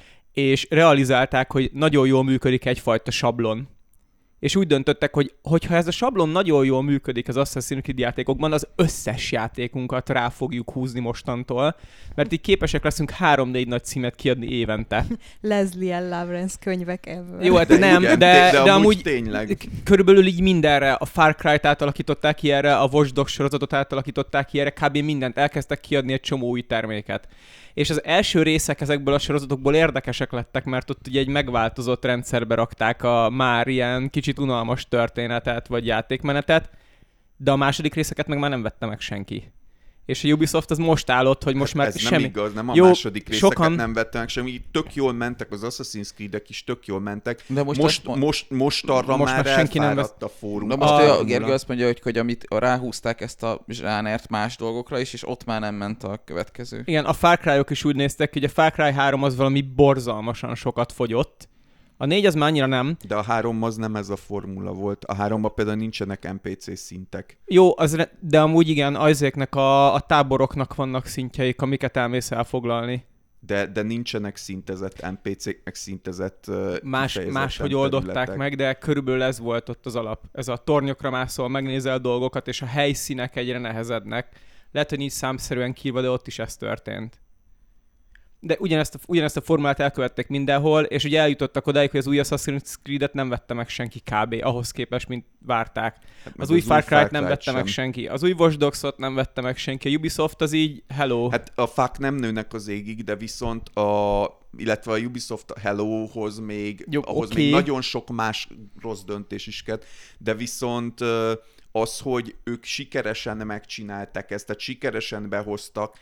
és realizálták, hogy nagyon jól működik egyfajta sablon. És úgy döntöttek, hogy hogyha ez a sablon nagyon jól működik az Assassin's Creed játékokban, az összes játékunkat rá fogjuk húzni mostantól, mert így képesek leszünk három-négy nagy címet kiadni évente. Leslie L. Lawrence könyvek ever. Jó, hát nem, Igen, de, de, de amúgy amúgy tényleg. körülbelül így mindenre, a Far Cry-t átalakították ki erre, a Watch Dogs sorozatot átalakították ki erre, kb. Mindent elkezdtek kiadni egy csomó új terméket. És az első részek ezekből a sorozatokból érdekesek lettek, mert ott ugye egy megváltozott rendszerbe rakták a már ilyen kicsit unalmas történetet, vagy játékmenetet, de a második részeket meg már nem vette meg senki. És a Ubisoft az most állott, hogy most hát már ez semmi... nem igaz, nem a Jó, második részeket sokan... nem vettek meg semmi, tök jól mentek, az Assassin's Creed-ek is tök jól mentek. De most, most, most, most, most arra most már már senki nem elfáradt a fórum. Na most A- a Gergő azt mondja, hogy, hogy amit ráhúzták ezt a zsánert más dolgokra is, és ott már nem ment a következő. Igen, a Far Cry-ok is úgy néztek, hogy a Far Cry három az valami borzalmasan sokat fogyott. A négy az már annyira nem. De a három az nem ez a formula volt. A háromban például nincsenek en pé cé szintek. Jó, az re- de amúgy igen, azéknek a, a táboroknak vannak szintjeik, amiket elmész elfoglalni. De, de nincsenek szintezett en pé cé-k, meg szintezett uh, Más, máshogy oldották meg, de körülbelül ez volt ott az alap. Ez a tornyokra mászol, megnézel dolgokat, és a helyszínek egyre nehezednek. Lehet, hogy nincs számszerűen kívül, de ott is ez történt. De ugyanezt a, ugyanezt a formulát elkövették mindenhol, és ugye eljutottak odáig, hogy az új Assassin's Creed-et nem vette meg senki kb. Ahhoz képest, mint várták. Hát Az új Far Cry-t nem vette sem. meg senki. Az új Watch Dogs-ot nem vette meg senki. A Ubisoft az így, hello. Hát a fák nem nőnek az égig, de viszont a, illetve a Ubisoft Hello-hoz még, Jó, ahhoz oké. még nagyon sok más rossz döntés is kell, de viszont az, hogy ők sikeresen megcsinálták ezt, tehát sikeresen behoztak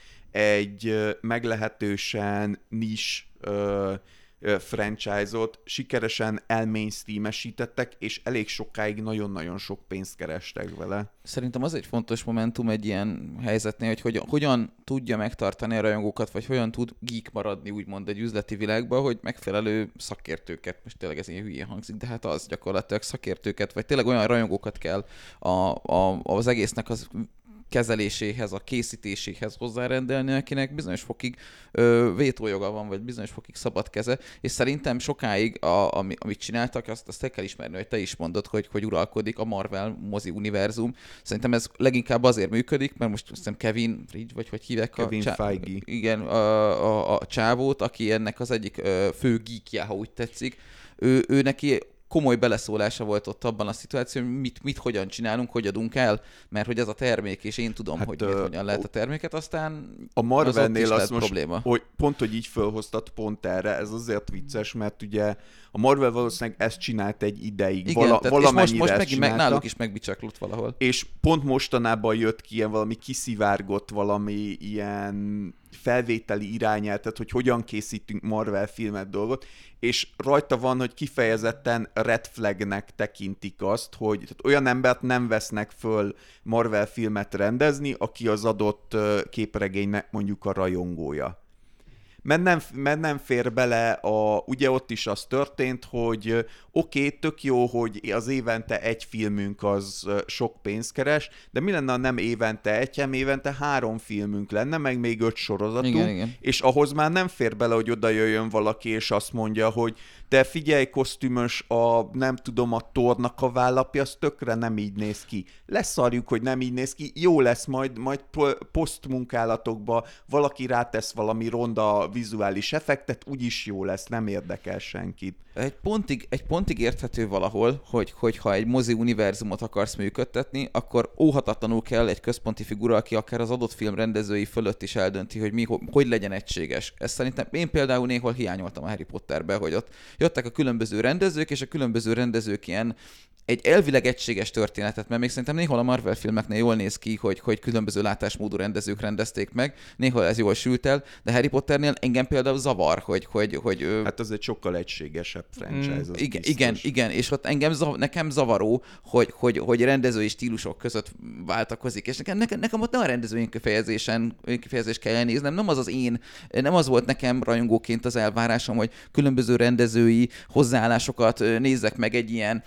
egy meglehetősen nis uh, franchise-ot, sikeresen elmainstreamesítettek, és elég sokáig nagyon-nagyon sok pénzt kerestek vele. Szerintem az egy fontos momentum egy ilyen helyzetnél, hogy hogyan, hogyan tudja megtartani a rajongókat, vagy hogyan tud geek maradni úgymond egy üzleti világban, hogy megfelelő szakértőket, most tényleg ez ilyen hülyén hangzik, de hát az gyakorlatilag szakértőket, vagy tényleg olyan rajongókat kell a, a, az egésznek az kezeléséhez, a készítéséhez hozzárendelni, akinek bizonyos fokig ö, vétójoga van, vagy bizonyos fokig szabad keze, és szerintem sokáig, a, ami, amit csináltak, azt, azt el kell ismerni, hogy te is mondod, hogy, hogy uralkodik a Marvel mozi univerzum. Szerintem ez leginkább azért működik, mert most azt hiszem Kevin Ridge, vagy hogy hívják Kevin a, csá- Feige. igen, a, a, a csávót, aki ennek az egyik ö, fő geekje, ha úgy tetszik. Ő, ő neki komoly beleszólása volt ott abban a szituációban, hogy mit, mit hogyan csinálunk, hogy adunk el, mert hogy ez a termék, és én tudom, Hát, hogy ö, mit, hogyan lehet a terméket, aztán A Marvelnél az ott is az lehet most, probléma. hogy pont, hogy így fölhoztat pont erre, ez azért vicces, mert ugye a Marvel valószínűleg ezt csinált egy ideig, Igen, Vala, tehát, és most, valamennyire most ezt megint meg, csinálta, náluk is megbicsaklott valahol. és pont mostanában jött ki ilyen valami kiszivárgott valami ilyen felvételi irányel, tehát hogy hogyan készítünk Marvel filmet dolgot, és rajta van, hogy kifejezetten red flagnek tekintik azt, hogy tehát olyan embert nem vesznek föl Marvel filmet rendezni, aki az adott ö, képregénynek mondjuk a rajongója. Mert nem, mert nem fér bele, a, ugye ott is az történt, hogy oké, okay, tök jó, hogy az évente egy filmünk az ö, sok pénzt keres, de mi lenne, ha nem évente egy, hanem évente három filmünk lenne, meg még öt sorozatunk, Igen, igen. és ahhoz már nem fér bele, hogy oda jöjjön valaki, és azt mondja, hogy te figyelj, kosztümös, a nem tudom, a Thornak a vállapja, az tökre nem így néz ki. Leszarjuk, hogy nem így néz ki, jó lesz, majd, majd posztmunkálatokba valaki rátesz valami ronda a vizuális effektet, úgyis jó lesz, nem érdekel senkit. Egy pontig, egy pontig érthető valahol, hogy, hogy ha egy mozi univerzumot akarsz működtetni, akkor óhatatlanul kell egy központi figura, aki akár az adott film rendezői fölött is eldönti, hogy mi, hogy legyen egységes. Ezt szerintem én például néhol hiányoltam a Harry Potterbe, hogy ott jöttek a különböző rendezők, és a különböző rendezők ilyen egy elvileg egységes történetet, mert még szerintem néhol a Marvel filmeknél jól néz ki, hogy, hogy különböző látásmódú rendezők rendezték meg, néhol ez jól sült el, de Harry Potternél engem például zavar, hogy... hogy, hogy hát az egy sokkal egységesebb franchise. Mm. Igen, igen, igen, és ott engem zav, nekem zavaró, hogy, hogy, hogy rendezői stílusok között váltakozik, és nekem, nekem, nekem ott nem a rendezői kifejezésen, kifejezést kell néznem, nem az az én, nem az volt nekem rajongóként az elvárásom, hogy különböző rendezői hozzáállásokat nézzek meg egy ilyen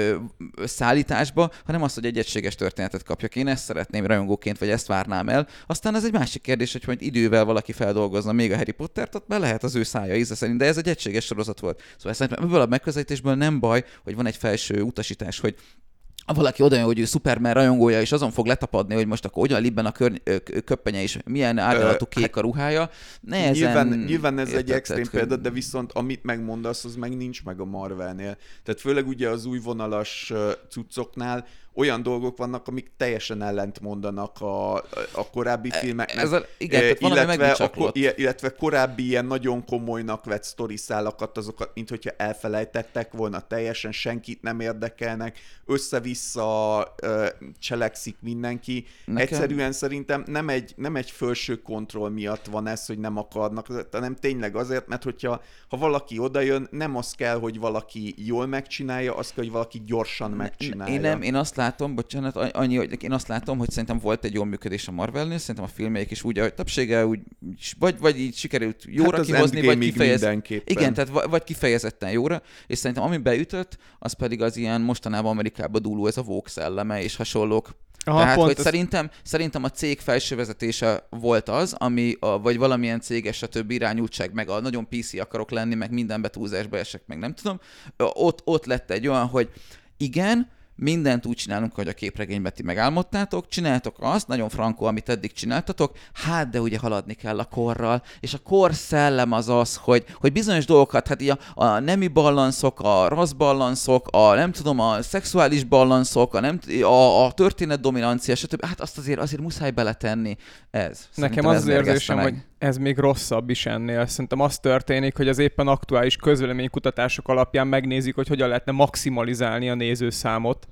szállításba, hanem azt, hogy egy egységes történetet kapjak. Én ezt szeretném rajongóként, vagy ezt várnám el. Aztán ez egy másik kérdés, hogy majd idővel valaki feldolgozna még a Harry Pottert, ott be lehet az ő szája íze szerint, de ez egy egységes sorozat volt. Szóval szerintem ebből a megközelítésből nem baj, hogy van egy felső utasítás, hogy ha valaki oda jön, hogy ő Superman rajongója, és azon fog letapadni, hogy most akkor hogyan libben a kör, köppenye, és milyen árnyalatú kék a ruhája. Nehezen nyilván, nyilván ez egy extrém példa, de viszont amit megmondasz, az meg nincs meg a Marvelnél. Tehát főleg ugye az új vonalas cuccoknál olyan dolgok vannak, amik teljesen ellent mondanak a, a korábbi filmeknek. Ez a, igen, e, illetve, a, illetve korábbi ilyen nagyon komolynak vett sztoriszálakat, azokat, mint hogyha elfelejtettek volna teljesen, senkit nem érdekelnek, össze-vissza ö, cselekszik mindenki. Nekem... Egyszerűen szerintem nem egy, nem egy felső kontroll miatt van ez, hogy nem akarnak, hanem tényleg azért, mert hogyha ha valaki odajön, nem az kell, hogy valaki jól megcsinálja, az kell, hogy valaki gyorsan megcsinálja. Én nem, én azt látom, bocsánat, annyi, hogy én azt látom, hogy szerintem volt egy jó működés a Marvelnél, szerintem a filmjeik is úgy, ahogy többsége úgy, vagy, vagy így sikerült jóra hát kihozni, vagy kifejezetten. Igen, tehát vagy kifejezetten jóra, és szerintem ami beütött, az pedig az ilyen mostanában Amerikába dúló ez a woke szelleme és hasonlók. Aha, Tehát, hogy az... szerintem, szerintem a cég felső vezetése volt az, ami, a, vagy valamilyen céges, stb. Irányultság, meg a nagyon pé cé akarok lenni, meg minden betúlzásba esek, meg nem tudom. Ott, ott lett egy olyan, hogy igen, mindent úgy csinálunk, hogy a képregényben ti megálmodtátok, csináltok azt, nagyon frankó, amit eddig csináltatok, hát de ugye haladni kell a korral, és a kor szellem az az, hogy, hogy bizonyos dolgokat, hát így a, a nemi balanszok, a rassz balanszok, a nem tudom, a szexuális balanszok, a, nem, a, a történet dominancia, stb. Hát azt azért, azért muszáj beletenni. Ez. Nekem az az érzésem, meg. hogy ez még rosszabb is ennél. Szerintem az történik, hogy az éppen aktuális közvéleménykutatások alapján megnézik, hogy hogyan lehetne maximalizálni a nézőszámot.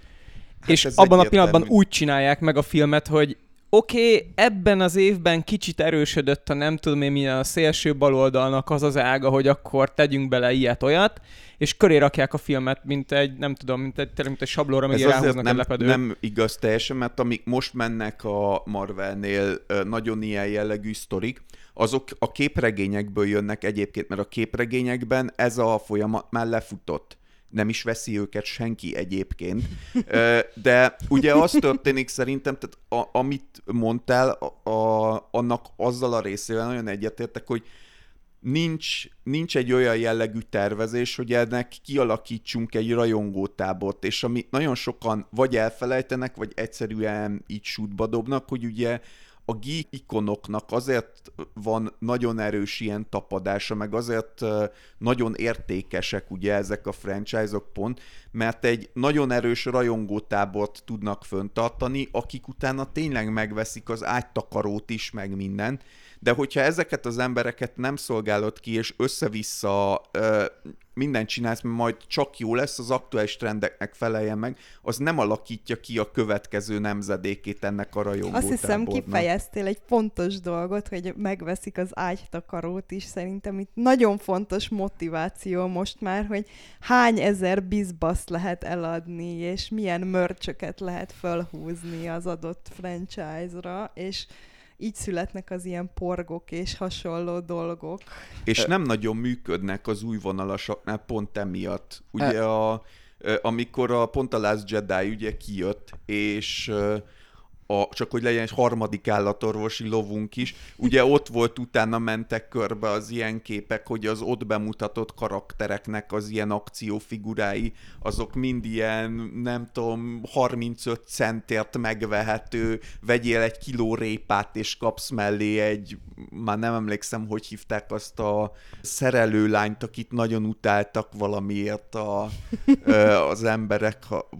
Hát és abban a pillanatban úgy csinálják meg a filmet, hogy oké, okay, ebben az évben kicsit erősödött a nem tudom én milyen a szélső baloldalnak az az ága, hogy akkor tegyünk bele ilyet-olyat, és köré rakják a filmet, mint egy, nem tudom, mint egy, mint egy sablóra, meg ráhúznak egy lepedőt. Nem igaz teljesen, mert amik most mennek a Marvelnél nagyon ilyen jellegű sztorik, azok a képregényekből jönnek egyébként, mert a képregényekben ez a folyamat már lefutott. Nem is veszi őket senki egyébként. De ugye az történik szerintem, tehát a, amit mondtál, a, a, annak azzal a részével nagyon egyetértek, hogy nincs, nincs egy olyan jellegű tervezés, hogy ennek kialakítsunk egy rajongótábort, és amit nagyon sokan vagy elfelejtenek, vagy egyszerűen így sútba dobnak, hogy ugye a geek ikonoknak azért van nagyon erős ilyen tapadása, meg azért nagyon értékesek ugye ezek a franchise-ok pont, mert egy nagyon erős rajongótábort tudnak föntartani, akik utána tényleg megveszik az ágytakarót is, meg mindent, de hogyha ezeket az embereket nem szolgálod ki, és össze-vissza ö, mindent csinálsz, mert majd csak jó lesz, az aktuális trendeknek feleljen meg, az nem alakítja ki a következő nemzedékét ennek a rajongótábornak. Azt hiszem, kifejeztél egy fontos dolgot, hogy megveszik az ágytakarót is. Szerintem itt nagyon fontos motiváció most már, hogy hány ezer bizbaszt lehet eladni, és milyen mörcsöket lehet felhúzni az adott franchise-ra, és így születnek az ilyen porgok és hasonló dolgok. És nem nagyon működnek az új vonalasoknál pont emiatt. Ugye a, amikor a pont a Last Jedi ugye kijött, és a, csak hogy legyen egy harmadik állatorvosi lovunk is. Ugye ott volt, utána mentek körbe az ilyen képek, hogy az ott bemutatott karaktereknek az ilyen akciófigurái, azok mind ilyen, nem tudom, harmincöt centért megvehető, vegyél egy kiló répát és kapsz mellé egy, már nem emlékszem, hogy hívták azt a szerelőlányt, akit nagyon utáltak valamiért a, az emberek,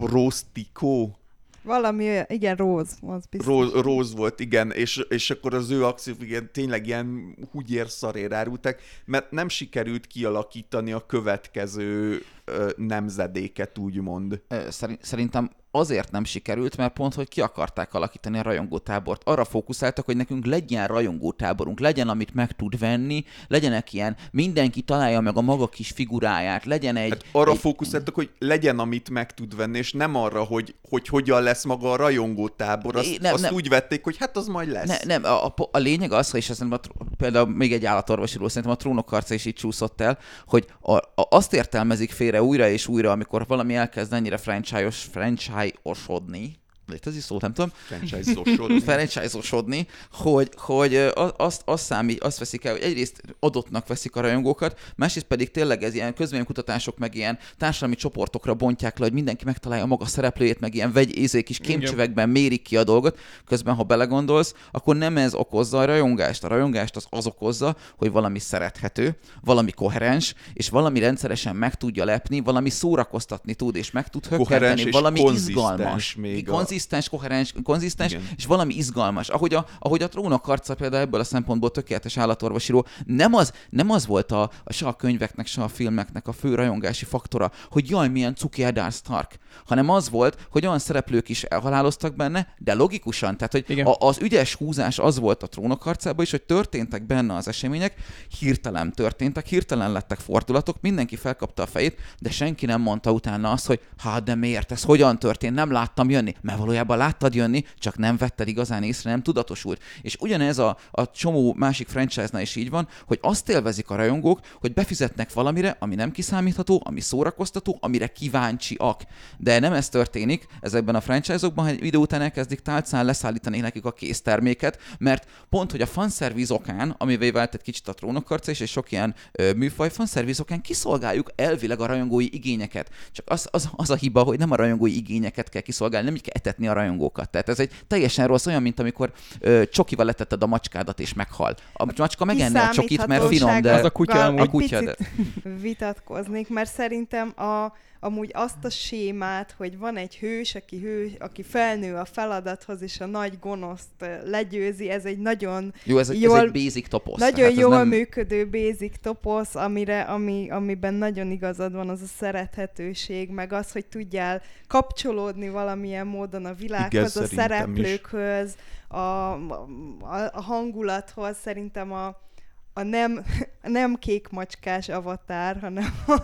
Róztikó. Valami, igen, Rose, az biztos. Rose, Rose volt, igen, és, és akkor az ő akciók igen, tényleg ilyen húgyér szarér árultak, mert nem sikerült kialakítani a következő ö, nemzedéket, úgymond. Szerintem azért nem sikerült, mert pont, hogy ki akarták alakítani a rajongótábort. Arra fókuszáltak, hogy nekünk legyen rajongótáborunk, legyen, amit meg tud venni, legyenek ilyen, mindenki találja meg a maga kis figuráját, legyen egy... Hát arra egy... fókuszáltak, hogy legyen, amit meg tud venni, és nem arra, hogy, hogy hogyan lesz maga a rajongótábor. Azt, nem, azt nem. úgy vették, hogy hát az majd lesz. Ne, nem, a, a, a lényeg az, és ezt a, például még egy állatorvosiról szerintem a Trónokharca is így csúszott el, hogy a, a, azt értelmezik félre újra és újra, amikor valami elkezd ennyire franchise-os, franchise-osodni, létezik szó, nem tudom. Franchise-osodni. Franchise-osodni, hogy, hogy azt, azt, számít, azt veszik el, hogy egyrészt adottnak veszik a rajongókat, másrészt pedig tényleg ez ilyen közvéleménykutatások, meg ilyen társadalmi csoportokra bontják le, hogy mindenki megtalálja a maga szereplőjét, meg ilyen vegyézék is kémcsövekben mérik ki a dolgot. Közben, ha belegondolsz, akkor nem ez okozza a rajongást. A rajongást az az okozza, hogy valami szerethető, valami koherens, és valami rendszeresen meg tudja lepni, valami szórakoztatni tud, és meg tud hökkenteni, valami izgalmas. Még a... konzisztens, koherens, konzisztens, igen. És valami izgalmas. Ahogy a, ahogy a Trónokharca például ebből a szempontból tökéletes állatorvosíró, nem az, nem az volt a, a, se a könyveknek, se a filmeknek a fő rajongási faktora, hogy jaj, milyen cuki Eddard Stark, hanem az volt, hogy olyan szereplők is elhaláloztak benne, de logikusan. Tehát, hogy a, az ügyes húzás az volt a Trónokharcában is, hogy történtek benne az események, hirtelen történtek, hirtelen lettek fordulatok, mindenki felkapta a fejét, de senki nem mondta utána azt, hogy hát de miért, ez hogyan történt, nem láttam jönni, mert valójában láttad jönni, csak nem vetted igazán észre, nem tudatosult. És ugyanez a, a csomó másik franchise-nál is így van, hogy azt élvezik a rajongók, hogy befizetnek valamire, ami nem kiszámítható, ami szórakoztató, amire kíváncsiak. De nem ez történik ezekben a franchise-okban, hogy idő után elkezdik tálcán leszállítani nekik a készterméket, mert pont, hogy a fanszerviz okán, amivel vált egy kicsit a Trónokharca is, és sok ilyen ö, műfaj, fanszerviz okán kiszolgáljuk elvileg a rajongói igényeket. Csak az, az, az a hiba, hogy nem a rajongói igényeket kell kiszolgálni, nem így kell etetni a rajongókat. Tehát ez egy teljesen rossz, olyan, mint amikor ö, csokival letetted a macskádat és meghal. A macska megenni a csokit, mert finom, de az a kutya, a kutya de... vitatkoznék, mert szerintem a amúgy azt a sémát, hogy van egy hős, aki, hős, aki felnő a feladathoz, és a nagy gonoszt legyőzi, ez egy nagyon jó, ez, jól, ez egy basic toposz. Nagyon jól nem... működő basic toposz, amire, ami, amiben nagyon igazad van, az a szerethetőség, meg az, hogy tudjál kapcsolódni valamilyen módon a világhoz, igen, a szereplőkhöz, a, a, a hangulathoz. Szerintem a A nem, nem kék macskás avatár, hanem a,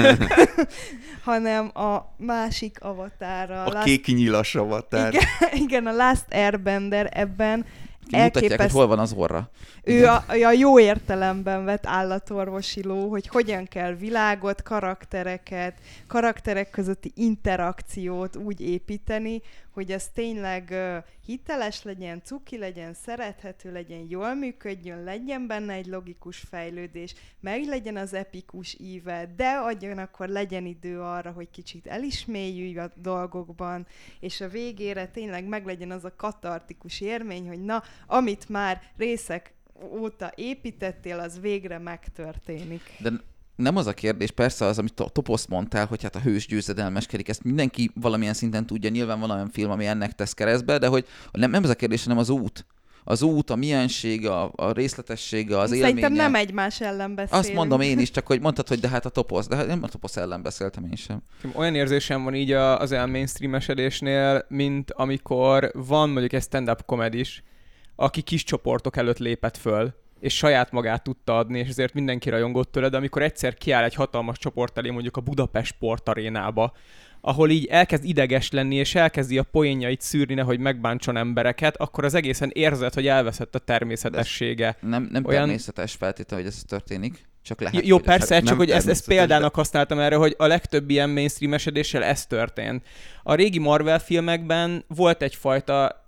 hanem a másik avatárra. A last... kék nyilas avatár. Igen, igen, a Last Airbender ebben mutatják, hogy hol van az orra. Ő a, a jó értelemben vett állatorvosi ló, hogy hogyan kell világot, karaktereket, karakterek közötti interakciót úgy építeni, hogy ez tényleg uh, hiteles legyen, cuki legyen, szerethető legyen, jól működjön, legyen benne egy logikus fejlődés, meg legyen az epikus íve, de adjon akkor legyen idő arra, hogy kicsit elisméljük a dolgokban, és a végére tényleg meglegyen az a katartikus élmény, hogy na, amit már részek óta építettél, az végre megtörténik. De nem az a kérdés, persze az, amit Toposzt mondtál, hogy hát a hős győzedelmeskedik, ezt mindenki valamilyen szinten tudja, nyilván van olyan film, ami ennek tesz keresztbe, de hogy nem, nem ez a kérdés, hanem az út. Az út, a miensége, a, a részletessége, az Szerintem élménye. nem egymás ellen beszélünk. Azt mondom én is, csak hogy mondtad, hogy de hát a Toposz, de hát nem a Toposz ellen beszéltem én sem. Olyan érzésem van így az elmainstreamesedésnél, mint amikor van mondjuk egy stand-up komedis, aki kis csoportok előtt lépett föl, és saját magát tudta adni, és ezért mindenki rajongott tőle, de amikor egyszer kiáll egy hatalmas csoport elé, mondjuk a Budapest Sportarénába, ahol így elkezd ideges lenni, és elkezdi a poénjait szűrni, nehogy megbántson embereket, akkor az egészen érzed, hogy elveszett a természetessége. Nem, nem Olyan... természetes feltétel, hogy ez történik. Csak lehet, jó, persze, hát csak hogy ezt, ezt példának de... használtam erre, hogy a legtöbb ilyen mainstream esedéssel ez történt. A régi Marvel filmekben volt egyfajta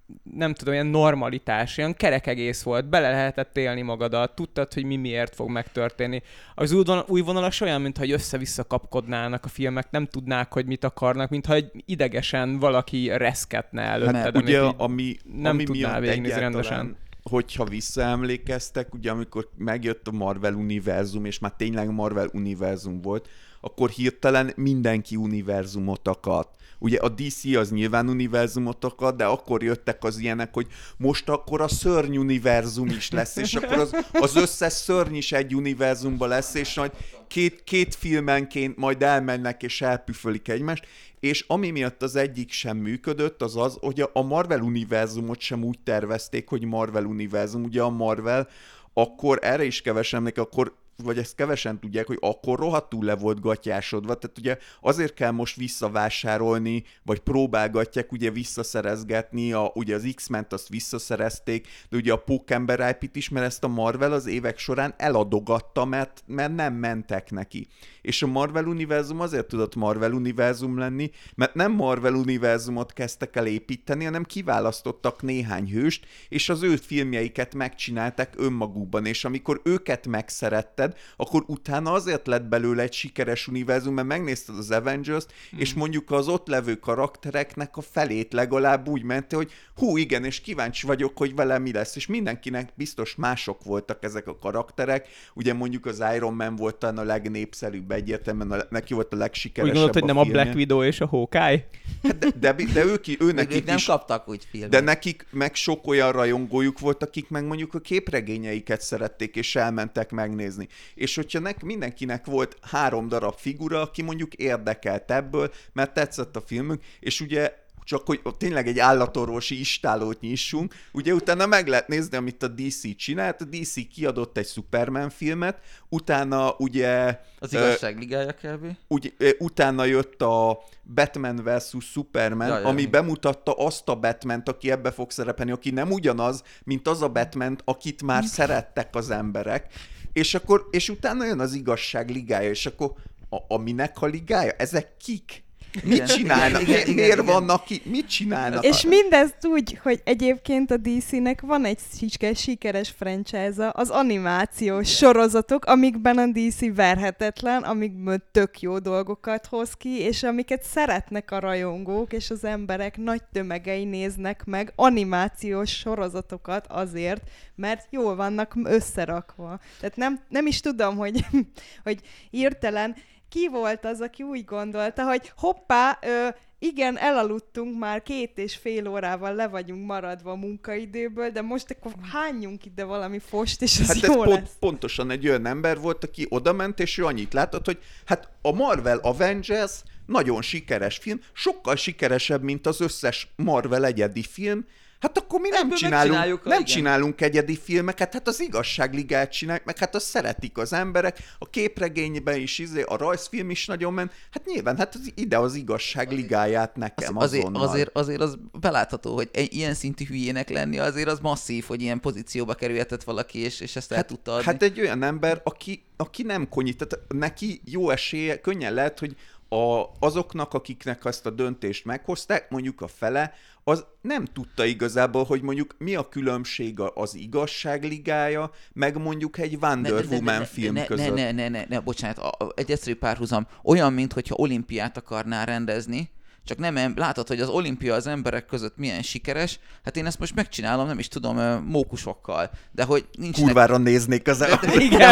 nem tudom, ilyen normalitás, ilyen kerek egész volt, bele lehetett élni magadat, tudtad, hogy mi miért fog megtörténni. Az új, vonal, új vonalas olyan, mintha össze-vissza kapkodnának a filmek, nem tudnák, hogy mit akarnak, mintha egy idegesen valaki reszketne előtted. Hát, ugye, így ami, nem ami tudnál miatt végignézni egyáltalán, rendesen. hogyha visszaemlékeztek, ugye amikor megjött a Marvel univerzum, és már tényleg Marvel univerzum volt, akkor hirtelen mindenki univerzumot akart. Ugye a dé cé az nyilván univerzumot akar, de akkor jöttek az ilyenek, hogy most akkor a szörny univerzum is lesz, és akkor az, az összes szörny is egy univerzumban lesz, és majd két, két filmenként majd elmennek és elpüfölik egymást, és ami miatt az egyik sem működött, az az, hogy a Marvel univerzumot sem úgy tervezték, hogy Marvel univerzum. Ugye a Marvel akkor erre is kevesen emléke, akkor vagy ezt kevesen tudják, hogy akkor rohadtul le volt gatyásodva, tehát ugye azért kell most visszavásárolni, vagy próbálgatják ugye visszaszerezgetni, a, ugye az X-ment azt visszaszerezték, de ugye a Pókember i pé-t is, mert ezt a Marvel az évek során eladogatta, mert, mert nem mentek neki. És a Marvel univerzum azért tudott Marvel univerzum lenni, mert nem Marvel univerzumot kezdtek el építeni, hanem kiválasztottak néhány hőst, és az ő filmjeiket megcsinálták önmagukban, és amikor őket megszerettek, akkor utána azért lett belőle egy sikeres univerzum, mert megnézted az Avengers-t, mm. és mondjuk az ott levő karaktereknek a felét legalább úgy ment, hogy hú, igen, és kíváncsi vagyok, hogy vele mi lesz, és mindenkinek biztos mások voltak ezek a karakterek, ugye mondjuk az Iron Man volt talán a legnépszerűbb egyértelműen, a, neki volt a legsikeresebb. Úgy gondolod, hogy nem a, a Black Widow és a Hawkeye? Hát de, de, de ők, ő nekik nem is, kaptak úgy filmet. De nekik meg sok olyan rajongójuk volt, akik meg mondjuk a képregényeiket szerették, és elmentek megnézni. És hogyha nek, mindenkinek volt három darab figura, aki mondjuk érdekelt ebből, mert tetszett a filmünk, és ugye csak hogy tényleg egy állatorvosi istálót nyissunk, ugye utána meg lehet nézni, amit a dé cé csinált, a dé cé kiadott egy Superman filmet, utána ugye... Az igazság ligája kb. Úgy, utána jött a Batman versus Superman, ja, ja, ami ja. bemutatta azt a Batmant, aki ebbe fog szerepelni, aki nem ugyanaz, mint az a Batman, akit már szerettek az emberek, és akkor, és utána jön az igazság ligája, és akkor a, a minek a ligája? Ezek kik? Mit igen, csinálnak? Igen, igen, Miért igen, vannak ki? Mit csinálnak? És mindezt úgy, hogy egyébként a dé cének van egy sikeres franchise-a, az animációs igen. sorozatok, amikben a dé cé verhetetlen, amikből tök jó dolgokat hoz ki, és amiket szeretnek a rajongók, és az emberek nagy tömegei néznek meg animációs sorozatokat azért, mert jól vannak összerakva. Tehát nem, nem is tudom, hogy, hogy hirtelen ki volt az, aki úgy gondolta, hogy hoppá, ö, igen, elaludtunk, már két és fél órával le vagyunk maradva a munkaidőből, de most akkor hányjunk ide valami fost, és az hát jó ez lesz. Pont, pontosan egy olyan ember volt, aki odament, és ő annyit látott, hogy hát a Marvel Avengers nagyon sikeres film, sokkal sikeresebb, mint az összes Marvel egyedi film, hát akkor mi nem csinálunk, nem csinálunk egyedi filmeket, hát az igazságligát csináljuk, meg hát azt szeretik az emberek, a képregényben is, izé, a rajzfilm is nagyon ment, hát nyilván, hát az, ide az igazságligáját nekem az, azért, azonnal. Azért, azért az belátható, hogy egy ilyen szintű hülyének lenni, azért az masszív, hogy ilyen pozícióba kerülhetett valaki, és, és ezt el hát, tudta adni. Hát egy olyan ember, aki, aki nem konyít, tehát neki jó esélye, könnyen lehet, hogy a, azoknak, akiknek azt a döntést meghozták, mondjuk a fele, az nem tudta igazából, hogy mondjuk mi a különbség az igazságligája, meg mondjuk egy Wonder ne, ne, Woman ne, ne, film ne, között. Ne, ne, ne, ne, ne, bocsánat, a, egy egyszerű párhuzam. Olyan, mintha olimpiát akarnál rendezni, csak nem látod, hogy az olimpia az emberek között milyen sikeres, hát én ezt most megcsinálom, nem is tudom, mókusokkal, de hogy nincsenek... Kurvára néznék az el.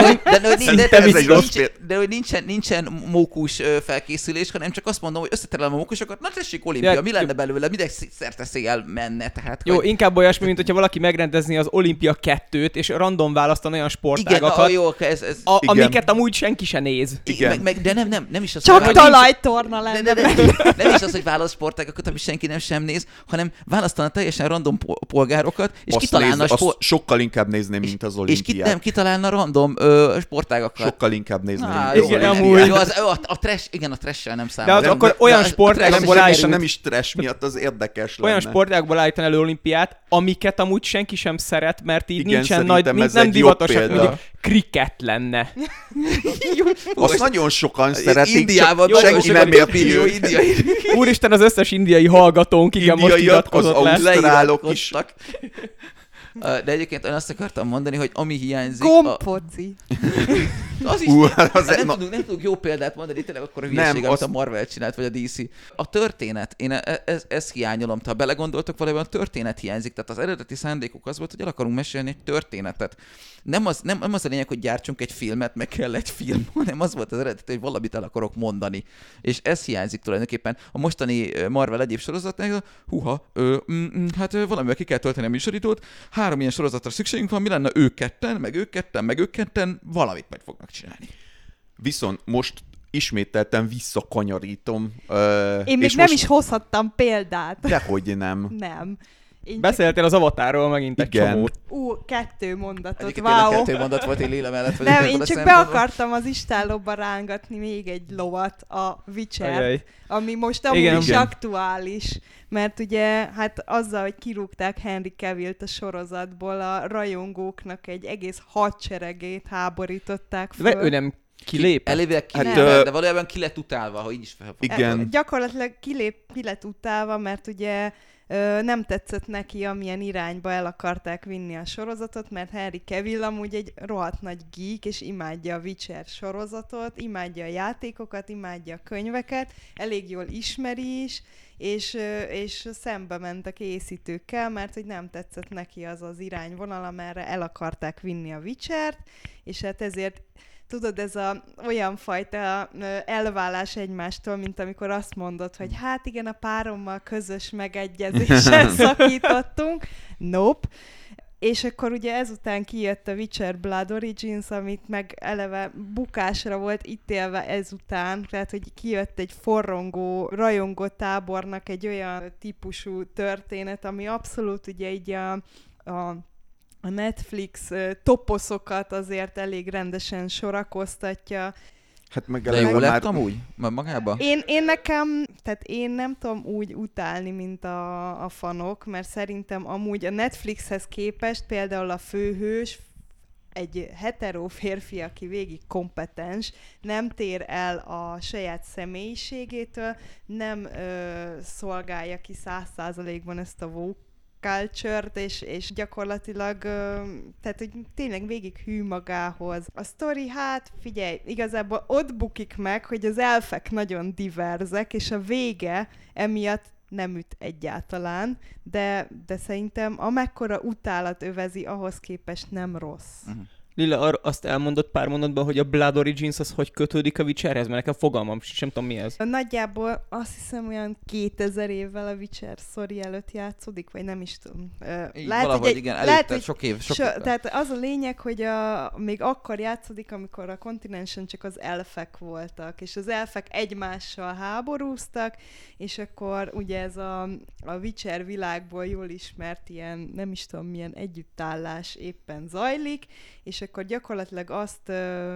De hogy nincsen, nincsen mókus felkészülés, hanem csak azt mondom, hogy összeterelem a mókusokat, na tessék olimpia, ja, mi lenne belőle, mindegy szerte széjjel menne, tehát... Jó, hogy... inkább olyasmi, mint hogyha valaki megrendezni az olimpia kettőt, és random választan olyan sportágakat, igen, jó, ez, ez... A, amiket amúgy senki se néz. Igen. Meg, meg, de nem, nem, nem is az... Csak talajtorna lenne. Ne, ne, ne, nem is az, hogy választ sportágakat, amit senki nem sem néz, hanem választana teljesen random polgárokat, és azt kitalálna... Nézd, sport... sokkal inkább nézném, mint az olimpiát. És ki, nem, kitalálna random ö, sportágakat. Sokkal inkább nézném, ah, mint az igen, olimpiát. Jó, az, a, a trash, igen, a trash-sel nem számol. De az nem, akkor de, olyan de, sportágakból állítani... Nem is trash miatt, az érdekes lenne. Olyan sportágból állítani elő olimpiát, amiket amúgy senki sem szeret, mert így igen, nincsen nagy, nem divatosak, mondjuk kriket lenne. Azt nagyon sokan szeretik, Indiában csak senki nem érti. Úr, Úristen, az összes indiai hallgatónk, igen, most Indiaiak, az iratkozott le. ausztrálok is. De egyébként én azt akartam mondani, hogy ami hiányzik... Gompoci. A... Az is... Uh, nem, az nem, na... tudunk, nem tudunk jó példát mondani, tényleg akkor a hülyeség, amit azt... a Marvel csinált, vagy a dé cé. A történet, én e- e- ezt hiányolom, ha belegondoltok, valójában a történet hiányzik. Tehát az eredeti szándékuk az volt, hogy el akarunk mesélni egy történetet. Nem az, nem, nem az a lényeg, hogy gyártsunk egy filmet, meg kell egy film, hanem az volt az eredeti, hogy valamit el akarok mondani. És ez hiányzik tulajdonképpen. A mostani Marvel egyéb sorozatnál, huha, ö, mm, hát ö, valamivel ki kell tölteni a műsoridót, három ilyen sorozatra szükségünk van, mi lenne ők ketten, meg ők ketten, meg ők ketten, valamit majd fognak csinálni. Viszont most ismételten visszakanyarítom. Uh, Én még és nem most... is hozhattam példát. Dehogy nem. Nem. Én csak... Beszéltél az Avatarról megint egy Igen. csomót. Ú, kettő mondatot, Egyébként wow. tényleg kettő mondat volt, én Lila mellett vagyok. Nem, ebből én a csak be szempontból. akartam az istállóba rángatni még egy lovat, a Witcher, Ajaj. ami most amúgy Igen. is Igen. aktuális, mert ugye hát azzal, hogy kirúgták Henry Cavill-t a sorozatból, a rajongóknak egy egész hadseregét háborították föl. De ő nem kilép. Elével ki, Hát, hát, ö- de valójában ki lett utálva, ha így is fel. Igen. E, gyakorlatilag kilép, ki lett utálva, mert ugye ö, nem tetszett neki, amilyen irányba el akarták vinni a sorozatot, mert Henry Cavill amúgy egy rohadt nagy geek, és imádja a Witcher sorozatot, imádja a játékokat, imádja a könyveket, elég jól ismeri is, és, ö, és szembe ment a készítőkkel, mert hogy nem tetszett neki az az irányvonal, amerre el akarták vinni a Witchert, és hát ezért tudod, ez a olyan fajta ö, elválás egymástól, mint amikor azt mondod, hogy hát igen, a párommal közös megegyezéssel szakítottunk. Nope. És akkor ugye ezután kijött a Witcher Blood Origins, amit meg eleve bukásra volt ítélve ezután, tehát hogy kijött egy forrongó, rajongó tábornak egy olyan típusú történet, ami abszolút ugye így a, a a Netflix uh, toposzokat azért elég rendesen sorakoztatja. Hát meg De jó eleve lett már... amúgy? Már magába? Én, én nekem, tehát én nem tudom úgy utálni, mint a, a fanok, mert szerintem amúgy a Netflixhez képest például a főhős, egy hetero férfi, aki végig kompetens, nem tér el a saját személyiségétől, nem ö, szolgálja ki száz százalékban ezt a woke culture-t, és, és gyakorlatilag, ö, tehát hogy tényleg végig hű magához. A sztori, hát figyelj, igazából ott bukik meg, hogy az elfek nagyon diverzek, és a vége emiatt nem üt egyáltalán, de, de szerintem amekkora utálat övezi, ahhoz képest nem rossz. Uh-huh. Lilla, ar- azt elmondott pár mondatban, hogy a Blood Origins az hogy kötődik a Witcherhez, mert nekem fogalmam sem tudom mi ez. Nagyjából azt hiszem olyan kétezer évvel a Witcher sztori előtt játszódik, vagy nem is tudom. Így valahogy egy- igen, lehet, előtte hogy sok év, sok so, év. tehát az a lényeg, hogy a, még akkor játszódik, amikor a kontinensen csak az elfek voltak, és az elfek egymással háborúztak, és akkor ugye ez a, a Witcher világból jól ismert ilyen, nem is tudom milyen együttállás éppen zajlik, és akkor gyakorlatilag azt, ö,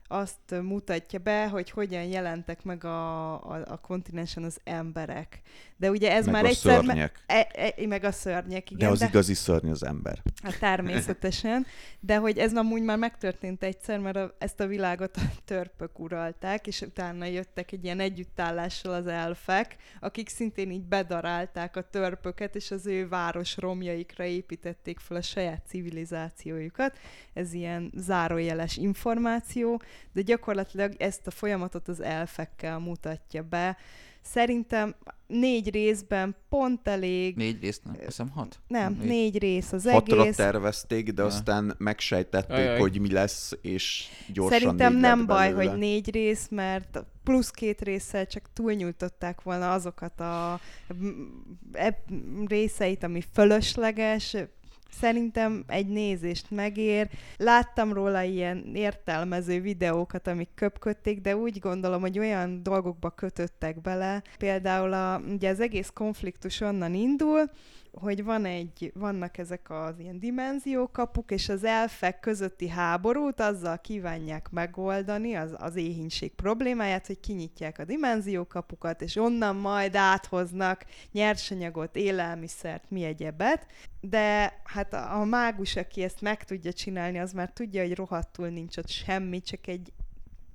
azt mutatja be, hogy hogyan jelentek meg a, a, a kontinensen az emberek. De ugye ez meg már a egyszer... szörnyek. E, e, meg a szörnyek, igen. De az igazi szörny az ember. Hát természetesen, de hogy ez amúgy már megtörtént egyszer, mert a, ezt a világot a törpök uralták, és utána jöttek egy ilyen együttállással az elfek, akik szintén így bedarálták a törpöket, és az ő város romjaikra építették fel a saját civilizációjukat. Ez ilyen zárójeles információ, de gyakorlatilag ezt a folyamatot az elfekkel mutatja be. Szerintem négy részben pont elég... Négy rész, nem? Azt hiszem hat? Nem, négy. négy rész az Hatra egész. tervezték, de Ja. aztán megsejtették, Ajaj. hogy mi lesz, és gyorsan Szerintem négy nem lett baj, belőle. hogy négy rész, mert plusz két résszel csak túlnyújtották volna azokat a e- részeit, ami fölösleges. Szerintem egy nézést megér. Láttam róla ilyen értelmező videókat, amik köpködték, de úgy gondolom, hogy olyan dolgokba kötöttek bele. Például a, ugye az egész konfliktus onnan indul, hogy van egy, vannak ezek az ilyen dimenziókapuk, és az elfek közötti háborút azzal kívánják megoldani, az, az éhínség problémáját, hogy kinyitják a dimenziókapukat, és onnan majd áthoznak nyersanyagot, élelmiszert, mi egyebet. De hát a, a mágus, aki ezt meg tudja csinálni, az már tudja, hogy rohadtul nincs ott semmi, csak egy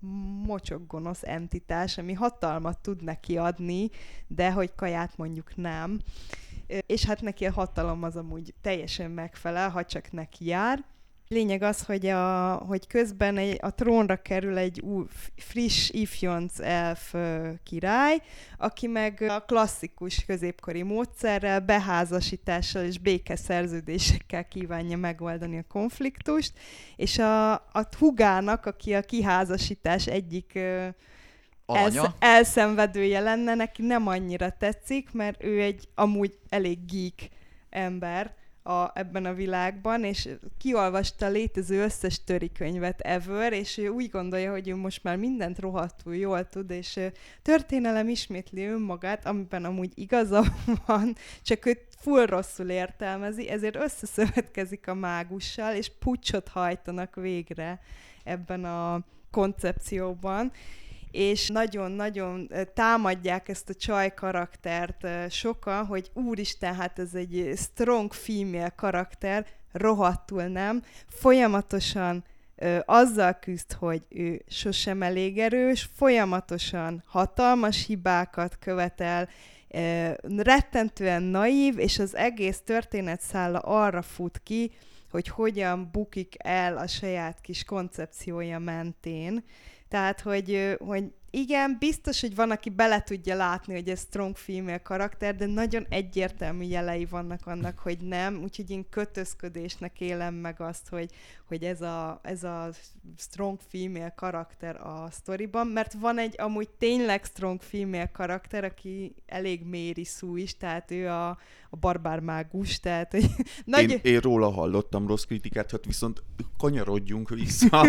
mocsok gonosz entitás, ami hatalmat tud neki adni, de hogy kaját mondjuk nem. És hát neki a hatalom az amúgy teljesen megfelel, ha csak neki jár. Lényeg az, hogy, a, hogy közben egy, a trónra kerül egy új, friss ifjonc elf király, aki meg a klasszikus középkori módszerrel, beházasítással és békeszerződésekkel kívánja megoldani a konfliktust, és a, a hugának, aki a kiházasítás egyik elsz, elszenvedője lenne, neki nem annyira tetszik, mert ő egy amúgy elég geek ember, A, ebben a világban, és kiolvasta a létező összes törikönyvet ever, és ő úgy gondolja, hogy ő most már mindent rohadtul jól tud, és történelem ismétli önmagát, amiben amúgy igaza van, csak ő full rosszul értelmezi, ezért összeszövetkezik a mágussal, és puccsot hajtanak végre ebben a koncepcióban, és nagyon-nagyon támadják ezt a csaj karaktert sokan, hogy úristen, hát ez egy strong female karakter, rohadtul nem. Folyamatosan ö, azzal küzd, hogy ő sosem elég erős, folyamatosan hatalmas hibákat követel, ö, rettentően naív, és az egész történetszála arra fut ki, hogy hogyan bukik el a saját kis koncepciója mentén. Tehát, hogy, hogy igen, biztos, hogy van, aki bele tudja látni, hogy ez strong female karakter, de nagyon egyértelmű jelei vannak annak, hogy nem, úgyhogy én kötözködésnek élem meg azt, hogy, hogy ez, a, ez a strong female karakter a sztoriban, mert van egy amúgy tényleg strong female karakter, aki elég mériszú is, tehát ő a, a barbár mágus, tehát hogy nagy... én, én róla hallottam rossz kritikát, hát viszont kanyarodjunk vissza.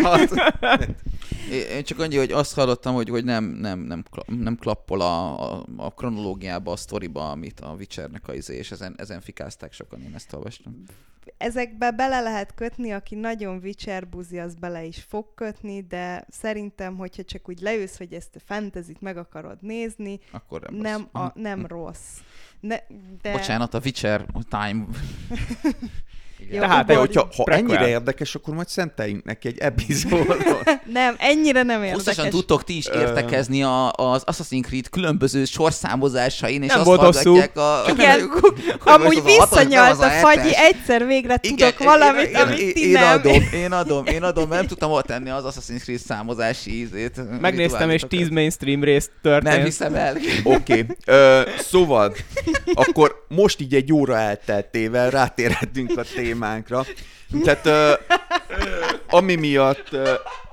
Én csak annyi, hogy azt hallottam, hogy, hogy nem, nem, nem, nem klappol a, a, a kronológiába, a sztoriba, amit a Witchernek a izé, és ezen, ezen fikázták sokan, én ezt olvastam. Ezekbe bele lehet kötni, aki nagyon Witcher buzi, az bele is fog kötni, de szerintem, hogyha csak úgy leülsz, hogy ezt a fantasyt meg akarod nézni, akkor nem, nem, rossz. A, nem rossz. Ne, de... Bocsánat, a Witcher time... Jó, Tehát, de hogyha ha ennyire érdekes, akkor majd szenteljünk neki egy epizódot. Nem, ennyire nem érdekes. Hosszasan tudtok ti is értekezni a, az Assassin's Creed különböző sorszámozásain, és nem azt hallgatják a... Igen, amúgy visszanyalt a fagyi, egyszer végre tudok igen, valamit, igen, amit én, ti én nem. Adom, én adom, én adom, nem tudtam hol tenni az Assassin's Creed számozási ízét. Megnéztem, és tíz mainstream részt történt. Nem hiszem el. Oké, okay. Szóval, akkor most így egy óra elteltével rátérhetünk a témánkra. Tehát uh, ami miatt, uh,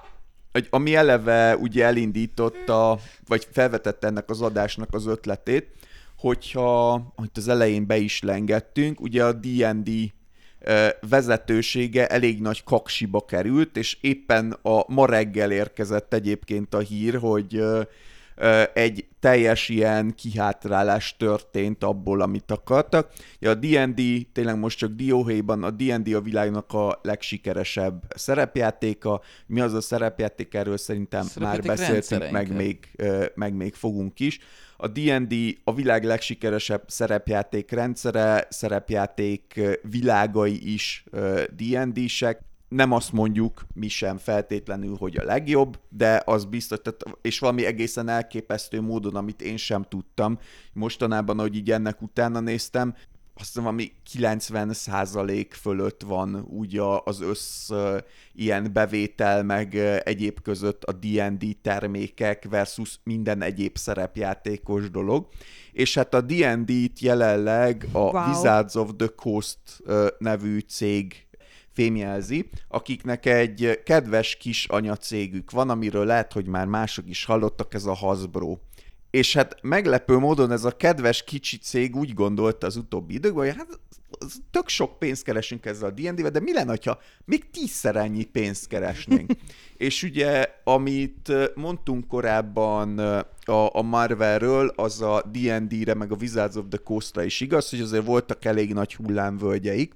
ami eleve ugye elindította, vagy felvetette ennek az adásnak az ötletét, hogyha, amit az elején be is lengettünk, ugye a dé és dé uh, vezetősége elég nagy kaksiba került, és éppen a ma reggel érkezett egyébként a hír, hogy uh, egy teljes ilyen kihátrálás történt abból, amit akartak. Ja, a dé és dé tényleg most csak dióhéjban, a dé és dé a világnak a legsikeresebb szerepjátéka. Mi az a szerepjáték? Erről szerintem már beszéltünk, meg még, meg még fogunk is. A dé és dé a világ legsikeresebb szerepjáték rendszere, szerepjáték világai is dé és dé-sek. Nem azt mondjuk mi sem feltétlenül, hogy a legjobb, de az biztos, és valami egészen elképesztő módon, amit én sem tudtam. Mostanában, ahogy így ennek utána néztem, azt hiszem, valami kilencven százalék fölött van úgy az össz ilyen bevétel, meg egyéb között a dé és dé termékek versus minden egyéb szerepjátékos dolog. És hát a dé és dé-t jelenleg a wow. Wizards of the Coast nevű cég fémjelzi, akiknek egy kedves kis anyacégük van, amiről lehet, hogy már mások is hallottak, ez a Hasbro. És hát meglepő módon ez a kedves kicsi cég úgy gondolta az utóbbi időkben, hogy hát tök sok pénzt keresünk ezzel a dé és dé-vel, de mi lenne, ha még tízszer ennyi pénzt keresnénk? És ugye, amit mondtunk korábban a, a Marvelről, az a dé és dé-re, meg a Wizards of the Coast-ra is igaz, hogy azért voltak elég nagy hullámvölgyeik,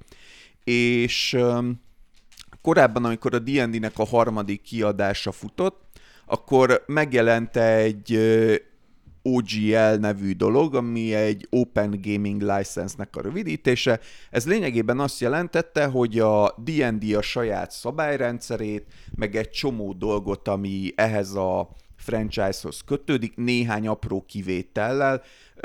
és um, korábban, amikor a dé és dé-nek a harmadik kiadása futott, akkor megjelent egy uh, o gé el nevű dolog, ami egy Open Gaming License-nek a rövidítése. Ez lényegében azt jelentette, hogy a dé és dé a saját szabályrendszerét, meg egy csomó dolgot, ami ehhez a franchise-hoz kötődik, néhány apró kivétellel,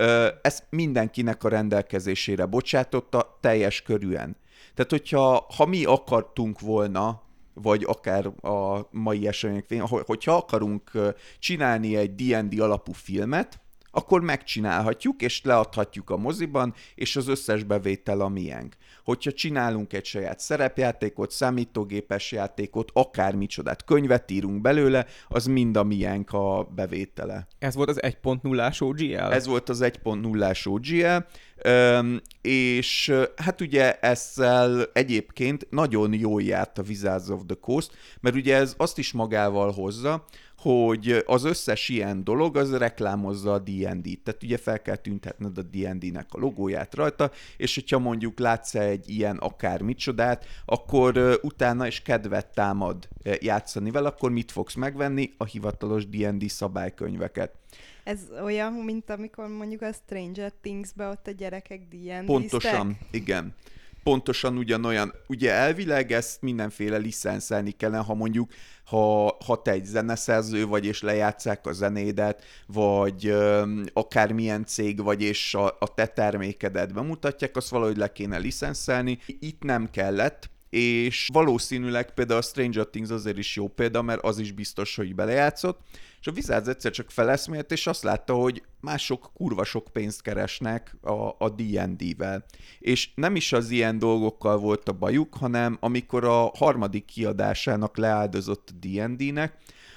ezt mindenkinek a rendelkezésére bocsátotta teljes körűen. Tehát, hogyha ha mi akartunk volna, vagy akár a mai események, hogyha akarunk csinálni egy dé és dé alapú filmet, akkor megcsinálhatjuk, és leadhatjuk a moziban, és az összes bevétel a miénk. Hogyha csinálunk egy saját szerepjátékot, számítógépes játékot, akármicsodát, könyvet írunk belőle, az mind a miénk a bevétele. Ez volt az egy pont nullás o gé el? Ez volt az egy pont nullás o gé el, Üm, és hát ugye ezzel egyébként nagyon jól járt a Wizards of the Coast, mert ugye ez azt is magával hozza, hogy az összes ilyen dolog az reklámozza a dé és dét. Tehát ugye fel kell tüntetned a dé és dének a logóját rajta, és hogyha mondjuk látsz egy ilyen akármicsodát, akkor uh, utána is kedvet támad uh, játszani vele, akkor mit fogsz megvenni? A hivatalos dé és dé szabálykönyveket. Ez olyan, mint amikor mondjuk a Stranger Things-be ott a gyerekek dé és dé-ztek? Pontosan, igen. Pontosan ugyanolyan. Ugye elvileg ezt mindenféle licenszelni kellene, ha mondjuk, ha, ha te egy zeneszerző vagy, és lejátsszák a zenédet, vagy öm, akármilyen cég vagy, és a, a te termékedet bemutatják, azt valahogy le kéne licenszelni. Itt nem kellett, és valószínűleg például a Stranger Things azért is jó példa, mert az is biztos, hogy belejátszott, és a Wizards egyszer csak feleszmélt, és azt látta, hogy mások kurva sok pénzt keresnek a, a dé és dé-vel. És nem is az ilyen dolgokkal volt a bajuk, hanem amikor a harmadik kiadásának leáldozott a dé és dé-nek,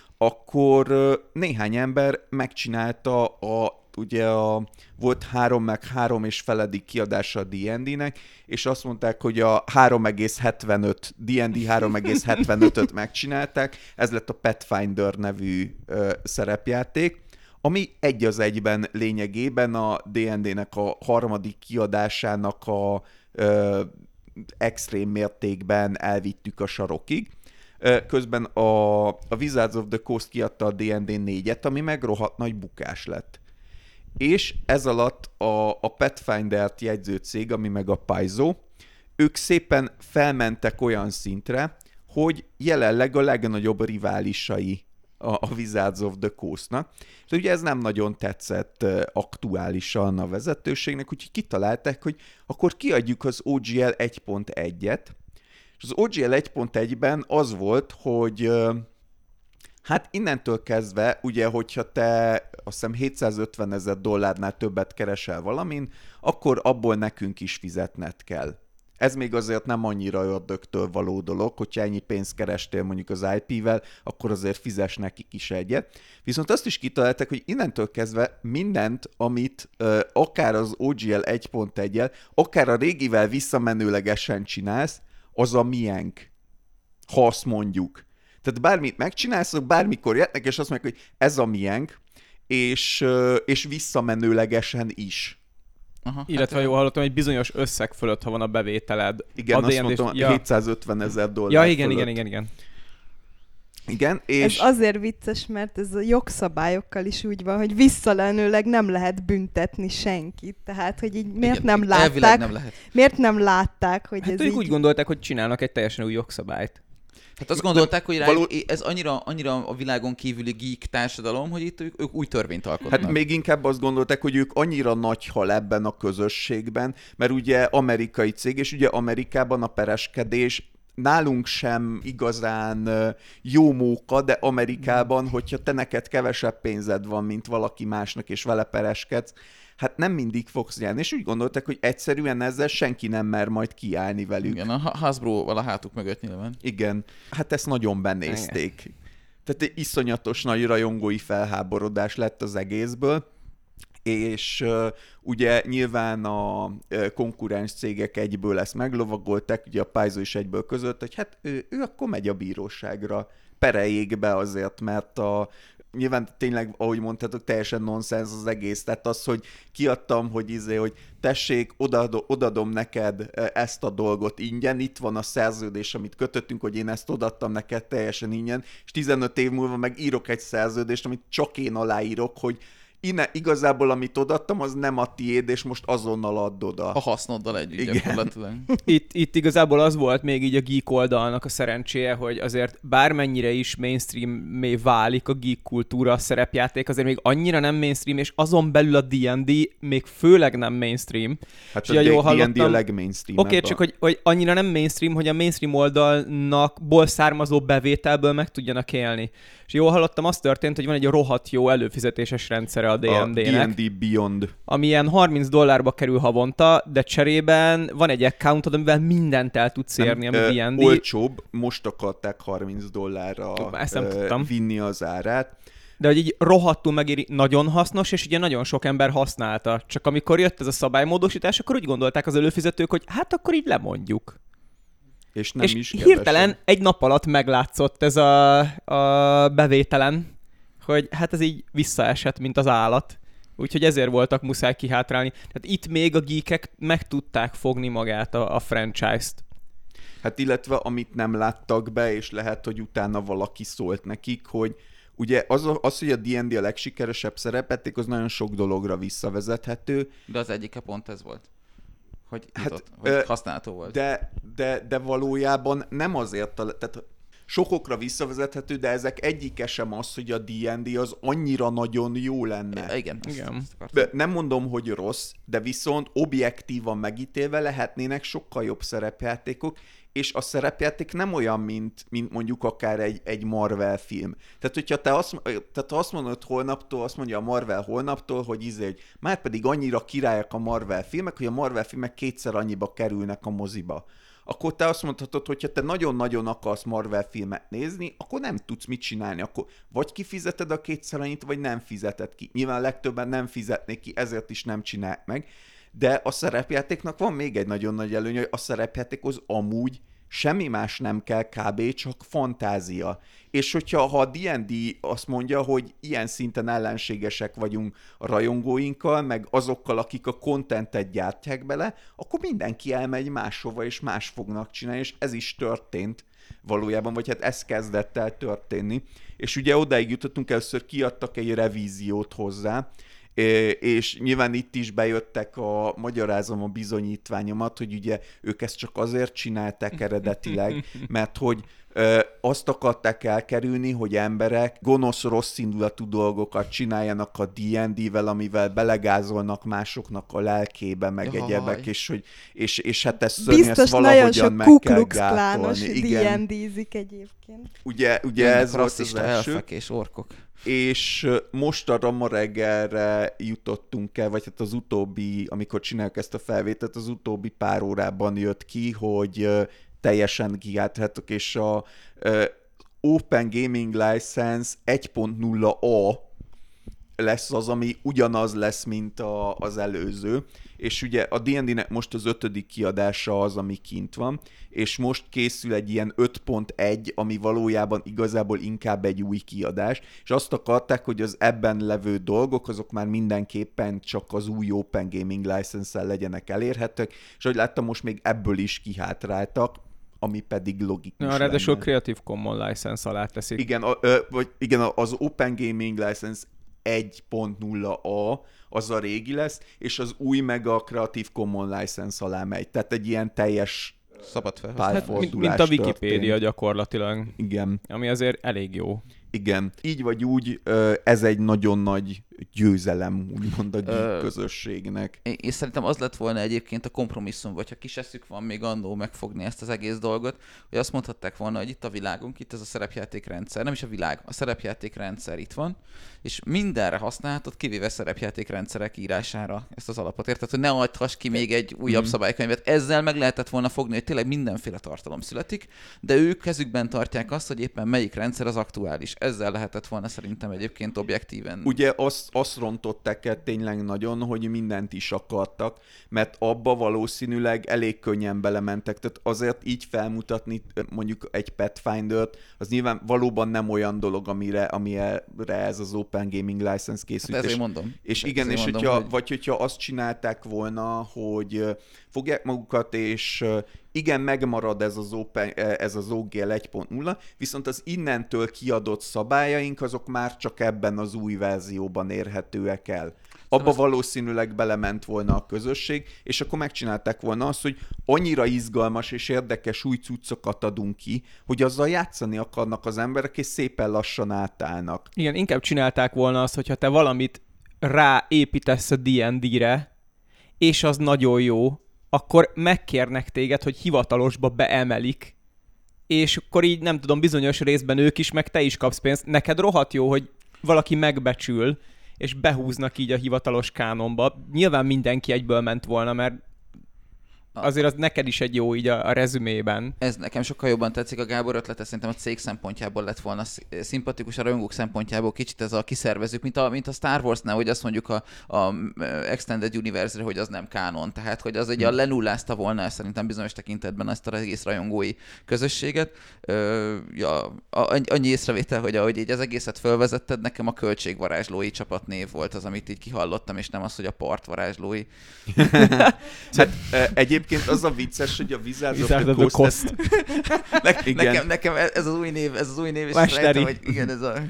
akkor néhány ember megcsinálta a ugye a, volt három meg három és feledik kiadása a dé és dé-nek, és azt mondták, hogy a három egész hetvenöt, dé és dé három egész hetvenötöt megcsinálták, ez lett a Pathfinder nevű ö, szerepjáték, ami egy az egyben lényegében a dé és dé-nek a harmadik kiadásának a ö, extrém mértékben elvittük a sarokig. Közben a, a Wizards of the Coast kiadta a dé és dé négyet, ami meg rohadt nagy bukás lett. És ez alatt a, a Pathfinder-t jegyző cég, ami meg a Paizo, ők szépen felmentek olyan szintre, hogy jelenleg a legnagyobb riválisai a, a Wizards of the Coast-nak. És ugye ez nem nagyon tetszett aktuálisan a vezetőségnek, úgyhogy kitalálták, hogy akkor kiadjuk az o gé el egy pont egyet, és az o gé el egy pont egyben az volt, hogy hát innentől kezdve, ugye, hogyha te azt hiszem hétszázötvenezer dollárnál többet keresel valamin, akkor abból nekünk is fizetned kell. Ez még azért nem annyira ördögtől való dolog, hogyha ennyi pénzt kerestél mondjuk az i pé-vel, akkor azért fizes nekik is egyet. Viszont azt is kitalálták, hogy innentől kezdve mindent, amit uh, akár az o gé el egy pont egyel, akár a régivel visszamenőlegesen csinálsz, az a miénk, ha azt mondjuk. Tehát bármit megcsinálsz, bármikor jöttnek, és azt mondják, hogy ez a miénk, és, és visszamenőlegesen is. Aha, illetve hát, jól hallottam, egy bizonyos összeg fölött, ha van a bevételed. Igen, a azt mondtam, ja. hétszázötvenezer dollár Ja, igen, fölött. igen, igen, igen. Igen, és... Ez azért vicces, mert ez a jogszabályokkal is úgy van, hogy visszalenőleg nem lehet büntetni senkit. Tehát, hogy így miért igen, nem látták, nem lehet. miért nem látták, hogy hát ez ők így... úgy gondolták, hogy csinálnak egy teljesen új jogszabályt. Hát azt gondolták, hogy Való... ez annyira, annyira a világon kívüli geek társadalom, hogy itt ők, ők új törvényt alkotnak. Hát még inkább azt gondolták, hogy ők annyira nagy hal ebben a közösségben, mert ugye amerikai cég, és ugye Amerikában a pereskedés nálunk sem igazán jó móka, de Amerikában, hogyha te neked kevesebb pénzed van, mint valaki másnak, és vele pereskedsz, hát nem mindig fogsz nyerni, és úgy gondolták, hogy egyszerűen ezzel senki nem mer majd kiállni velük. Igen, a Hasbro-val a hátuk mögött nyilván. Igen, hát ezt nagyon benézték. Igen. Tehát egy iszonyatos nagy rajongói felháborodás lett az egészből, és uh, ugye nyilván a uh, konkurens cégek egyből ezt meglovagolták, ugye a Paizo is egyből között, hogy hát ő, ő akkor megy a bíróságra, pereljék be azért, mert a nyilván tényleg, ahogy mondtátok, teljesen nonsens az egész. Tehát az, hogy kiadtam, hogy izé, hogy tessék, odadom, odadom neked ezt a dolgot ingyen, itt van a szerződés, amit kötöttünk, hogy én ezt odaadtam neked teljesen ingyen, és tizenöt év múlva meg írok egy szerződést, amit csak én aláírok, hogy innen igazából, amit odaadtam, az nem a tiéd, és most azonnal add oda. A hasznoddal együtt Igen. gyakorlatilag. Itt, itt igazából az volt még így a geek oldalnak a szerencséje, hogy azért bármennyire is mainstream-mé válik a geek kultúra, a szerepjáték, azért még annyira nem mainstream, és azon belül a dé and dé még főleg nem mainstream. Hát és a jól dé and dé hallottam- a legmainstream. Oké, okay, csak hogy, hogy annyira nem mainstream, hogy a mainstream oldalnakból származó bevételből meg tudjanak élni. És jól hallottam, az történt, hogy van egy rohadt jó előfizetéses rendszere a dé and A dé dé-nek, and dé Beyond. ami ilyen harminc dollárba kerül havonta, de cserében van egy accountod, amivel mindent el tudsz érni, ami ö, dé and dé. olcsóbb, most akarták harminc dollárra Ezt nem ö, tudtam. vinni az árát. De hogy így rohadtul megéri, nagyon hasznos, és ugye nagyon sok ember használta. Csak amikor jött ez a szabálymódosítás, akkor úgy gondolták az előfizetők, hogy hát akkor így lemondjuk. És nem és is hirtelen kevesen. egy nap alatt meglátszott ez a, a bevételen, hogy hát ez így visszaesett, mint az állat. Úgyhogy ezért voltak muszáj kihátrálni. Tehát itt még a geekek meg tudták fogni magát a, a franchise-t. Hát illetve amit nem láttak be, és lehet, hogy utána valaki szólt nekik, hogy ugye az, a, az hogy a dé and dé a legsikeresebb szerepjáték, az nagyon sok dologra visszavezethető, De az egyike pont ez volt. Hogy, Hát, nyitott, hogy ö, használható volt. de, de, de valójában nem azért, a, tehát sokokra visszavezethető, de ezek egyike sem az, hogy a dé and dé az annyira nagyon jó lenne. É, igen. Igen. Ezt, ezt akartam. De nem mondom, hogy rossz, de viszont objektívan megítélve lehetnének sokkal jobb szerepjátékok, és a szerepjáték nem olyan, mint, mint mondjuk akár egy, egy Marvel film. Tehát, hogyha te azt, tehát azt mondod holnaptól, azt mondja a Marvel holnaptól, hogy izé, hogy már pedig annyira királyak a Marvel filmek, hogy a Marvel filmek kétszer annyiba kerülnek a moziba. Akkor te azt mondhatod, hogyha te nagyon-nagyon akarsz Marvel filmet nézni, akkor nem tudsz mit csinálni. Akkor vagy kifizeted a kétszer annyit, vagy nem fizeted ki. Nyilván legtöbben nem fizetnék ki, ezért is nem csinálják meg. De a szerepjátéknak van még egy nagyon nagy előnye, hogy a szerepjátékhoz amúgy semmi más nem kell kb. Csak fantázia. És hogyha ha a dé and dé azt mondja, hogy ilyen szinten ellenségesek vagyunk a rajongóinkkal, meg azokkal, akik a contentet gyártják bele, akkor mindenki elmegy máshova, és más fognak csinálni, és ez is történt valójában, vagy hát ez kezdett el történni. És ugye odáig jutottunk, először kiadtak egy revíziót hozzá, és nyilván itt is bejöttek a, magyarázom a bizonyítványomat, hogy ugye ők ezt csak azért csinálták eredetileg, mert hogy ö, azt akarták elkerülni, hogy emberek gonosz, rossz indulatú dolgokat csináljanak a dé and dé-vel, amivel belegázolnak másoknak a lelkébe, meg Jaj. egyebek, és, hogy, és, és hát ez szörnyű, ezt Biztos nagyon valahogyan sok meg Ku kell Klux Klános gátolni. dé Igen, and dé-zik egyébként. ugye, ugye Jönnek ez volt az rasszista első. elfek és orkok. És most arra ma reggelre jutottunk el, vagy hát az utóbbi, amikor csináljuk ezt a felvételt, az utóbbi pár órában jött ki, hogy uh, teljesen kiáthatok, és a uh, Open Gaming License egy pont nulla a lesz az, ami ugyanaz lesz, mint a, az előző. És ugye a dé and dé-nek most az ötödik kiadása az, ami kint van, és most készül egy ilyen öt pont egy, ami valójában igazából inkább egy új kiadás, és azt akarták, hogy az ebben levő dolgok, azok már mindenképpen csak az új Open Gaming License-el legyenek elérhetők, és ahogy láttam, most még ebből is kihátráltak, ami pedig logikus Na, ráadásul lenne. Creative Commons license alá teszik. Igen, a, ö, vagy igen, az Open Gaming License egy pont nulla a, az a régi lesz, és az új meg a Creative Commons License alá megy. Tehát egy ilyen teljes Szabad felhasználni. Hát, mint, párfordulás mint a Wikipédia történt. gyakorlatilag, Igen, ami azért elég jó. igen. Így vagy úgy, ö, ez egy nagyon nagy győzelem, úgymond a geek Ö, közösségnek. Én, én szerintem az lett volna egyébként a kompromisszum, vagy ha kis eszük van még annó megfogni ezt az egész dolgot, hogy azt mondhatták volna, hogy itt a világunk, itt ez a szerepjátékrendszer, nem is a világ, a szerepjátékrendszer itt van, és mindenre használhatod, kivéve szerepjátékrendszerek írására ezt az alapot. Érted, hogy ne adhass ki még egy újabb Mhm. szabálykönyvet. Ezzel meg lehetett volna fogni, hogy tényleg mindenféle tartalom születik, de ők kezükben tartják azt, hogy éppen melyik rendszer az aktuális. Ezzel lehetett volna szerintem egyébként objektíven. Ugye azt, azt rontották el tényleg nagyon, hogy mindent is akartak, mert abba valószínűleg elég könnyen belementek. Tehát azért így felmutatni mondjuk egy Pathfinder-t, az nyilván valóban nem olyan dolog, amire, amire ez az Open Gaming License készült. Hát ezért és, mondom. és igen, Ezért és mondom, hogyha, hogy- vagy hogyha azt csinálták volna, hogy ö, fogják magukat, és ö, igen, megmarad ez az, open, ez az o gé el egy pont nulla, viszont az innentől kiadott szabályaink azok már csak ebben az új verzióban érhetőek el. Abba most... valószínűleg belement volna a közösség, és akkor megcsinálták volna azt, hogy annyira izgalmas és érdekes új cuccokat adunk ki, hogy azzal játszani akarnak az emberek, és szépen lassan átállnak. Igen, inkább csinálták volna azt, hogyha te valamit ráépítesz a dé end dé-re, és az nagyon jó, akkor megkérnek téged, hogy hivatalosba beemelik, és akkor így nem tudom, bizonyos részben ők is, meg te is kapsz pénzt. Neked rohadt jó, hogy valaki megbecsül, és behúznak így a hivatalos kánonba. Nyilván mindenki egyből ment volna, mert azért az neked is egy jó így a, a rezümében. Ez nekem sokkal jobban tetszik, a Gábor ötlete szerintem a cég szempontjából lett volna szimpatikus, a rajongók szempontjából kicsit ez a kiszervezők, mint a, mint a Star Wars-nál, hogy azt mondjuk a, a Extended Universe-re, hogy az nem kánon. Tehát, hogy az egy a lenullázta volna szerintem bizonyos tekintetben ezt az egész rajongói közösséget. Ö, ja, annyi észrevétel, hogy ahogy így az egészet felvezetted, nekem a költségvarázslói csapatnév volt az, amit így kihallottam, és nem az, hogy a partvarázslói. Hát, egyébként az a vicces, hogy a Wizards of Wizard the of the Coast... Coast. Ne, nekem, nekem ez az új név, ez az új név, és rájöttem, hogy igen, ez a...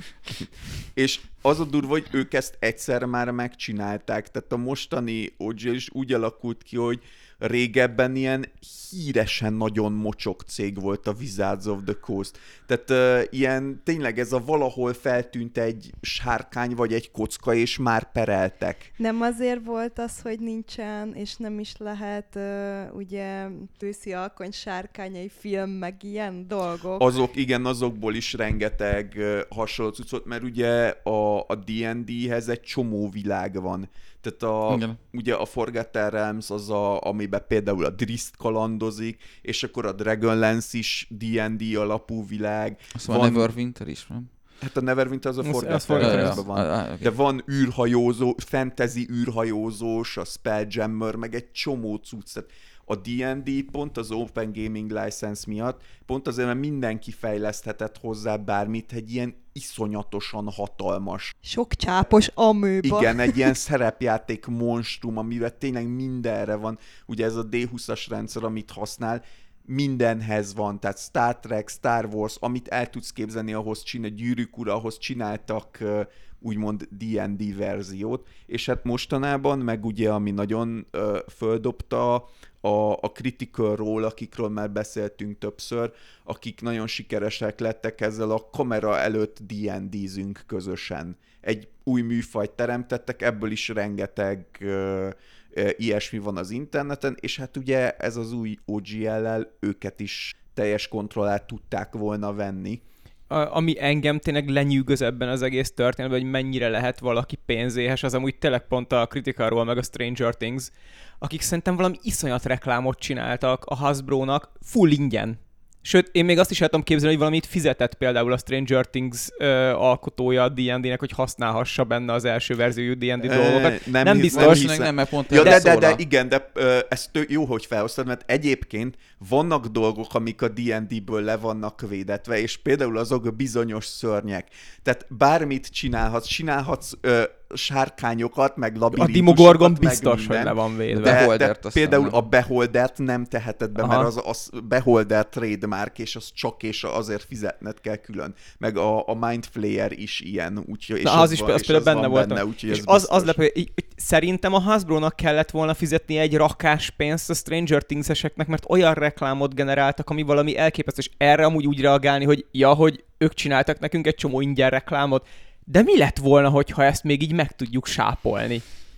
És az a durva, hogy ők ezt egyszer már megcsinálták. Tehát a mostani o gé is úgy alakult ki, hogy régebben ilyen híresen nagyon mocsok cég volt a Wizards of the Coast. Tehát uh, ilyen tényleg ez a valahol feltűnt egy sárkány vagy egy kocka, és már pereltek. Nem azért volt az, hogy nincsen, és nem is lehet uh, ugye őszi alkony sárkányai film, meg ilyen dolgok. Azok, igen, azokból is rengeteg uh, hasonló cuccot, mert ugye a, a dé end dé-hez egy csomó világ van. Tehát a, ugye a Forgotten Realms az, a, amiben például a Drizzt kalandozik, és akkor a Dragonlance is dé end dé alapú világ. Azt van a Neverwinter is, nem? Hát a Neverwinter az a Forgotten Forgotten Realms-ben van. Ah, okay. De van űrhajózó, fantasy űrhajózós, a Spelljammer, meg egy csomó cucc. Tehát a dé end dé pont az Open Gaming License miatt, pont azért, mert mindenki fejleszthetett hozzá bármit, egy ilyen iszonyatosan hatalmas. Sok csápos amőba. Igen, egy ilyen szerepjáték monstrum, amivel tényleg mindenre van. Ugye ez a dé húszas rendszer, amit használ, mindenhez van, tehát Star Trek, Star Wars, amit el tudsz képzelni, ahhoz csinál, Gyűrűk ura, ahhoz csináltak úgymond dé end dé verziót, és hát mostanában, meg ugye, ami nagyon uh, földobta a, a Critical Role, akikről már beszéltünk többször, akik nagyon sikeresek lettek ezzel a kamera előtt dé end dé-zünk közösen. Egy új műfajt teremtettek, ebből is rengeteg uh, uh, ilyesmi van az interneten, és hát ugye ez az új o gé el-lel őket is teljes kontrollát tudták volna venni. A, ami engem tényleg lenyűgöz ebben az egész történetben, hogy mennyire lehet valaki pénzéhes, az amúgy tényleg pont a Critical Role meg a Stranger Things, akik szerintem valami iszonyat reklámot csináltak a Hasbrónak full ingyen. Sőt, én még azt is el tudom képzelni, hogy valamit fizetett például a Stranger Things uh, alkotója a dé end dé-nek, hogy használhassa benne az első verziójú dé end dé dolgokat. Nem, nem hisz, biztos. Nem, nem, mert pont ja, de, de, de, de igen, de uh, ez tő, jó, hogy felhoztad, mert egyébként vannak dolgok, amik a dé end dé-ből le vannak védetve, és például azok bizonyos szörnyek. Tehát bármit csinálhatsz, csinálhatsz uh, sárkányokat, meg labirintusokat, a Dimogorgon meg biztos, minden, hogy le van védve. De, Beholdert de azt például nem. a Beholdert nem teheted be, Aha. mert az, az Beholder trademark, és az csak és azért fizetned kell külön. Meg a, a Mind Flayer is ilyen, úgyhogy és Na, az, az is van, az és például az benne van volt. benne, úgyhogy és ez az, az biztos. lepő, így, így, szerintem a Hasbrónak kellett volna fizetni egy rakás pénzt a Stranger Things-eseknek, mert olyan reklámot generáltak, ami valami elképesztő, és erre amúgy úgy reagálni, hogy ja, hogy ők csináltak nekünk egy csomó ingyen reklámot, de mi lett volna, hogyha ezt még így meg tudjuk sápolni?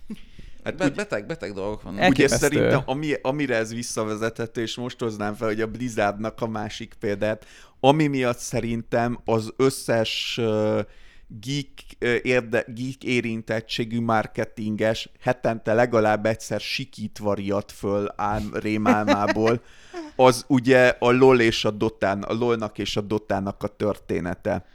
Hát Be- beteg, beteg dolgok vannak. Ugye Elképesztő. szerintem, ami, amire ez visszavezethető, és most hoznám fel, hogy a Blizzardnak a másik példát, ami miatt szerintem az összes uh, geek, uh, érde, geek érintettségű marketinges hetente legalább egyszer sikítva riadt föl ám, rémálmából, az ugye a LOL és a Dotán, a LOL-nak és a Dotának a története.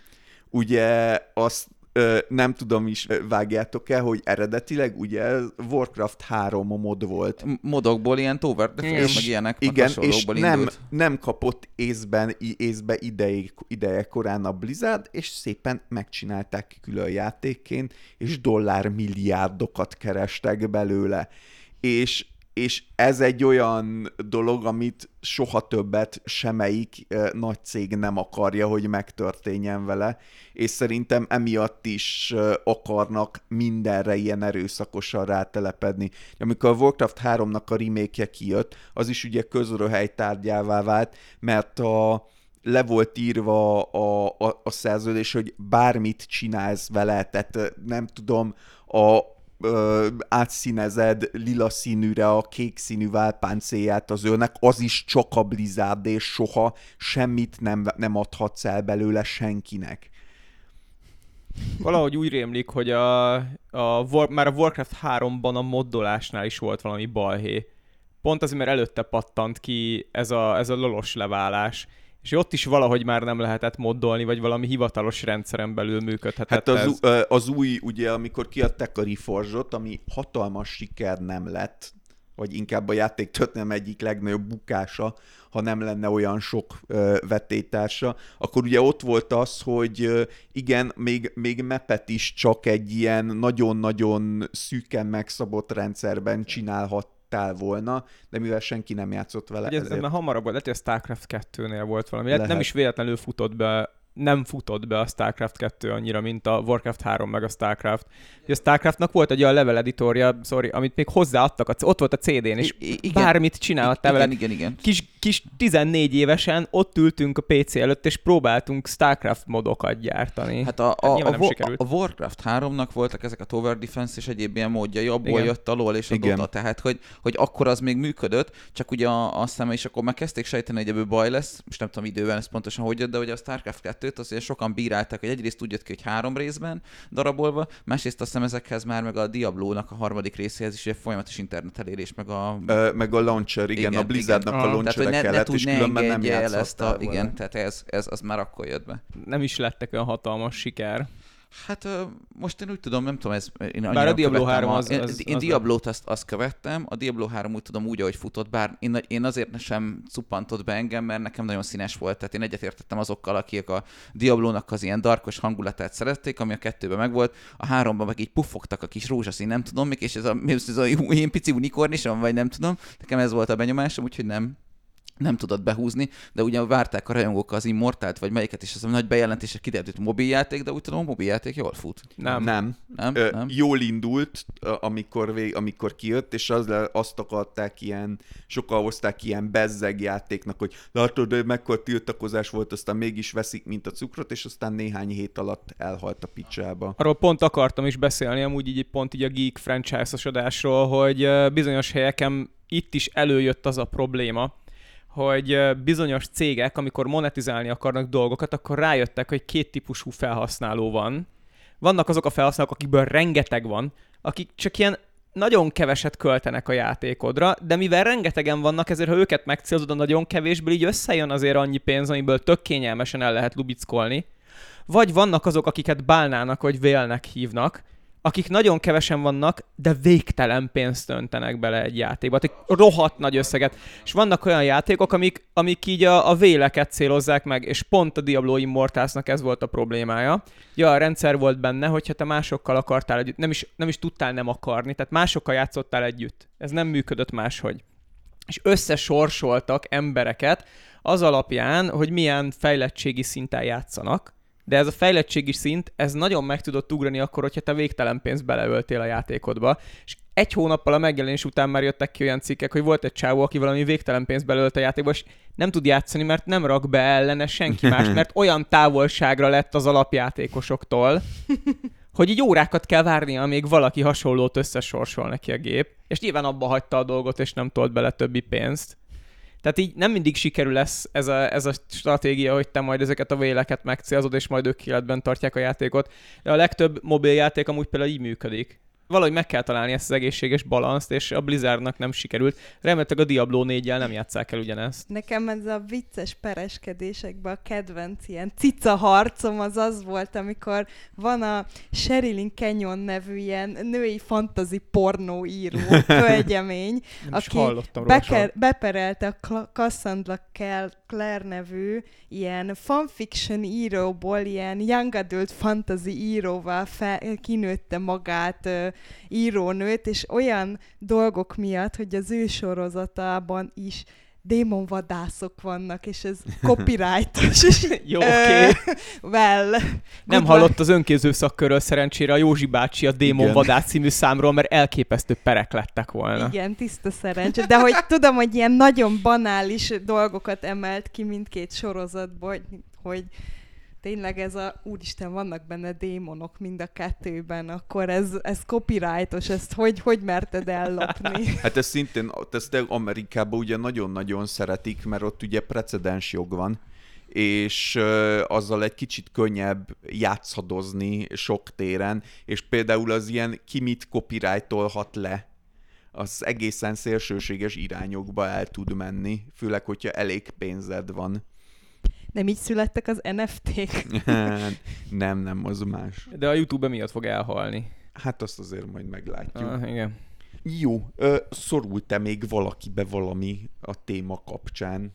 Ugye azt Ö, nem tudom is, vágjátok el, hogy eredetileg ugye Warcraft három mod volt. Modokból ilyen Tower Defense, meg ilyenek, igen, és nem, indult. nem kapott észben, észbe ideje, ideje korán a Blizzard, és szépen megcsinálták külön játékként, és dollármilliárdokat kerestek belőle. És és ez egy olyan dolog, amit soha többet semmelyik nagy cég nem akarja, hogy megtörténjen vele, és szerintem emiatt is akarnak mindenre ilyen erőszakosan rátelepedni. Amikor a Warcraft háromnak a remake-je kijött, az is ugye közröhely tárgyává vált, mert a le volt írva a, a, a szerződés, hogy bármit csinálsz vele, tehát nem tudom, a ö, átszínezed lila színűre a kék színű válpáncélját az őnek, az is csak a Blizzard, és soha semmit nem, nem adhatsz el belőle senkinek. Valahogy úgy rémlik, hogy a, a War, már a Warcraft háromban a moddolásnál is volt valami balhé. Pont azért, mert előtte pattant ki ez a, ez a lolos leválás. És ott is valahogy már nem lehetett moddolni, vagy valami hivatalos rendszeren belül működhetett hát az, ez. az új, ugye, amikor kiadták a Reforged-ot, ami hatalmas siker nem lett, vagy inkább a játék történelem egyik legnagyobb bukása, ha nem lenne olyan sok ö, vetélytársa, akkor ugye ott volt az, hogy ö, igen, még, még mapet is csak egy ilyen nagyon-nagyon szűken megszabott rendszerben csinálhat volna, de mivel senki nem játszott vele. Ugye ez ezért... már hamarabb volt, lehet, hogy a StarCraft kettőnél volt valami. Lehet. Lehet. Nem is véletlenül futott be, nem futott be a StarCraft kettő annyira, mint a Warcraft három meg a StarCraft. Ugye a StarCraftnak volt egy olyan level editorja, sorry, amit még hozzáadtak, a, ott volt a cé dén, és I- igen. bármit csinálhattál vele. Igen, igen. Kis, kis tizennégy évesen ott ültünk a pé cé előtt, és próbáltunk StarCraft modokat gyártani. Hát a, a, hát a, a, a Warcraft háromnak voltak ezek a Tower Defense és egyéb ilyen módjai, abból igen. jött a LoL és a igen. Dota, tehát hogy, hogy akkor az még működött, csak ugye azt hiszem, és akkor megkezdték sejteni, hogy ebből baj lesz, most nem tudom időben ez pontosan hogy jött, de ugye a StarCraft kettőt azért sokan bírálták, hogy egyrészt úgy jött ki, hogy három részben darabolva, másrészt azt hiszem ezekhez már meg a Diablónak a harmadik részéhez is ugye folyamatos internet elérés, meg a... Ö, meg a launcher, igen, igen a Blizzardnak igen. a launcher kellett, ne, és különben nem játszottál a, igen, tehát ez, ez az már akkor jött be. Nem is lettek olyan hatalmas siker. Hát most én úgy tudom, nem tudom, ez... Én bár a Diablo három az... Én, az, én az Diablót azt, azt követtem, a Diablo három úgy tudom úgy, ahogy futott, bár én, én azért sem cuppantott be engem, mert nekem nagyon színes volt, tehát én egyetértettem azokkal, akik a Diablónak az ilyen darkos hangulatát szerették, ami a kettőben megvolt, a háromban meg így puffogtak a kis rózsaszín, nem tudom, még és ez a, ez a ilyen pici unikornisom, vagy nem tudom, nekem ez volt a benyomásom, úgyhogy nem. nem tudott behúzni, de ugye várták a rajongók az Immortalt, vagy melyiket, és az a nagy bejelentése kiderült, hogy mobiljáték, de úgy tudom, a mobiljáték jól fut. Nem. Nem. nem, Ö, nem. Jól indult, amikor, vég, amikor kijött, és az le, azt akarták ilyen, sokkal hozták ilyen bezzeg játéknak, hogy látod, mekkora tiltakozás volt, aztán mégis veszik, mint a cukrot, és aztán néhány hét alatt elhalt a picsába. Arról pont akartam is beszélni, amúgy így pont így a Geek franchise-osodásról, hogy bizonyos helyeken itt is előjött az a probléma, hogy bizonyos cégek, amikor monetizálni akarnak dolgokat, akkor rájöttek, hogy két típusú felhasználó van. Vannak azok a felhasználók, akikből rengeteg van, akik csak ilyen nagyon keveset költenek a játékodra, de mivel rengetegen vannak, ezért ha őket megcélzod, a nagyon kevésből így összejön azért annyi pénz, amiből tök kényelmesen el lehet lubickolni. Vagy vannak azok, akiket bálnának, vagy vélnek hívnak, akik nagyon kevesen vannak, de végtelen pénzt öntenek bele egy játékba. Tehát rohadt nagy összeget. És vannak olyan játékok, amik, amik így a, a véleket célozzák meg, és pont a Diablo Immortalsnak ez volt a problémája. Ja, a rendszer volt benne, hogyha te másokkal akartál együtt, nem is, nem is tudtál nem akarni, tehát másokkal játszottál együtt. Ez nem működött máshogy. És összesorsoltak embereket az alapján, hogy milyen fejlettségi szinten játszanak. De ez a fejlettségi szint, ez nagyon meg tudott ugrani akkor, hogyha te végtelen pénzt beleöltél a játékodba. És egy hónappal a megjelenés után már jöttek ki olyan cikkek, hogy volt egy csávó, aki valami végtelen pénzt beleölt a játékba, és nem tud játszani, mert nem rak be ellene senki más, mert olyan távolságra lett az alapjátékosoktól, hogy így órákat kell várnia, amíg valaki hasonlót összesorsol neki a gép. És nyilván abba hagyta a dolgot, és nem tolt bele többi pénzt. Tehát így nem mindig sikerül lesz ez a, ez a stratégia, hogy te majd ezeket a véleket megcélzod, és majd ők életben tartják a játékot. De a legtöbb mobiljáték amúgy például így működik. Valahogy meg kell találni ezt az egészséges balanszt, és a Blizzardnak nem sikerült. Remélhetőleg a Diablo négyel nem játsszák el ugyanezt. Nekem ez a vicces pereskedésekben a kedvenc ilyen cica harcom az az volt, amikor van a Sherilyn Kenyon nevű ilyen női fantasy pornó író, hölgyemény, aki beker, beperelte a Cla- Cassandra Clare nevű ilyen fanfiction íróból ilyen young adult fantasy íróval fe- kinőtte magát, írónőt, és olyan dolgok miatt, hogy az ő sorozatában is démonvadászok vannak, és ez copyrightos. Jó, oké. Okay. Well. Nem hallott az önkéző szakkörről szerencsére a Józsi bácsi a Démonvadász című számról, mert elképesztő perek lettek volna. Igen, tiszta szerencsé. De hogy tudom, hogy ilyen nagyon banális dolgokat emelt ki mindkét sorozatból, hogy, hogy tényleg ez a, úristen, vannak benne démonok mind a kettőben, akkor ez, ez copyrightos, ezt hogy, hogy merted ellopni? Hát ez szintén, ezt Amerikában ugye nagyon-nagyon szeretik, mert ott ugye precedens jog van, és uh, azzal egy kicsit könnyebb játszadozni sok téren, és például az ilyen ki mit copyrightolhat le, az egészen szélsőséges irányokba el tud menni, főleg, hogyha elég pénzed van. Nem így születtek az en ef té-k? nem, nem, az más. De a YouTube miatt fog elhalni. Hát azt azért majd meglátjuk. Ah, igen. Jó, ö, szorult-e még valakibe valami a téma kapcsán?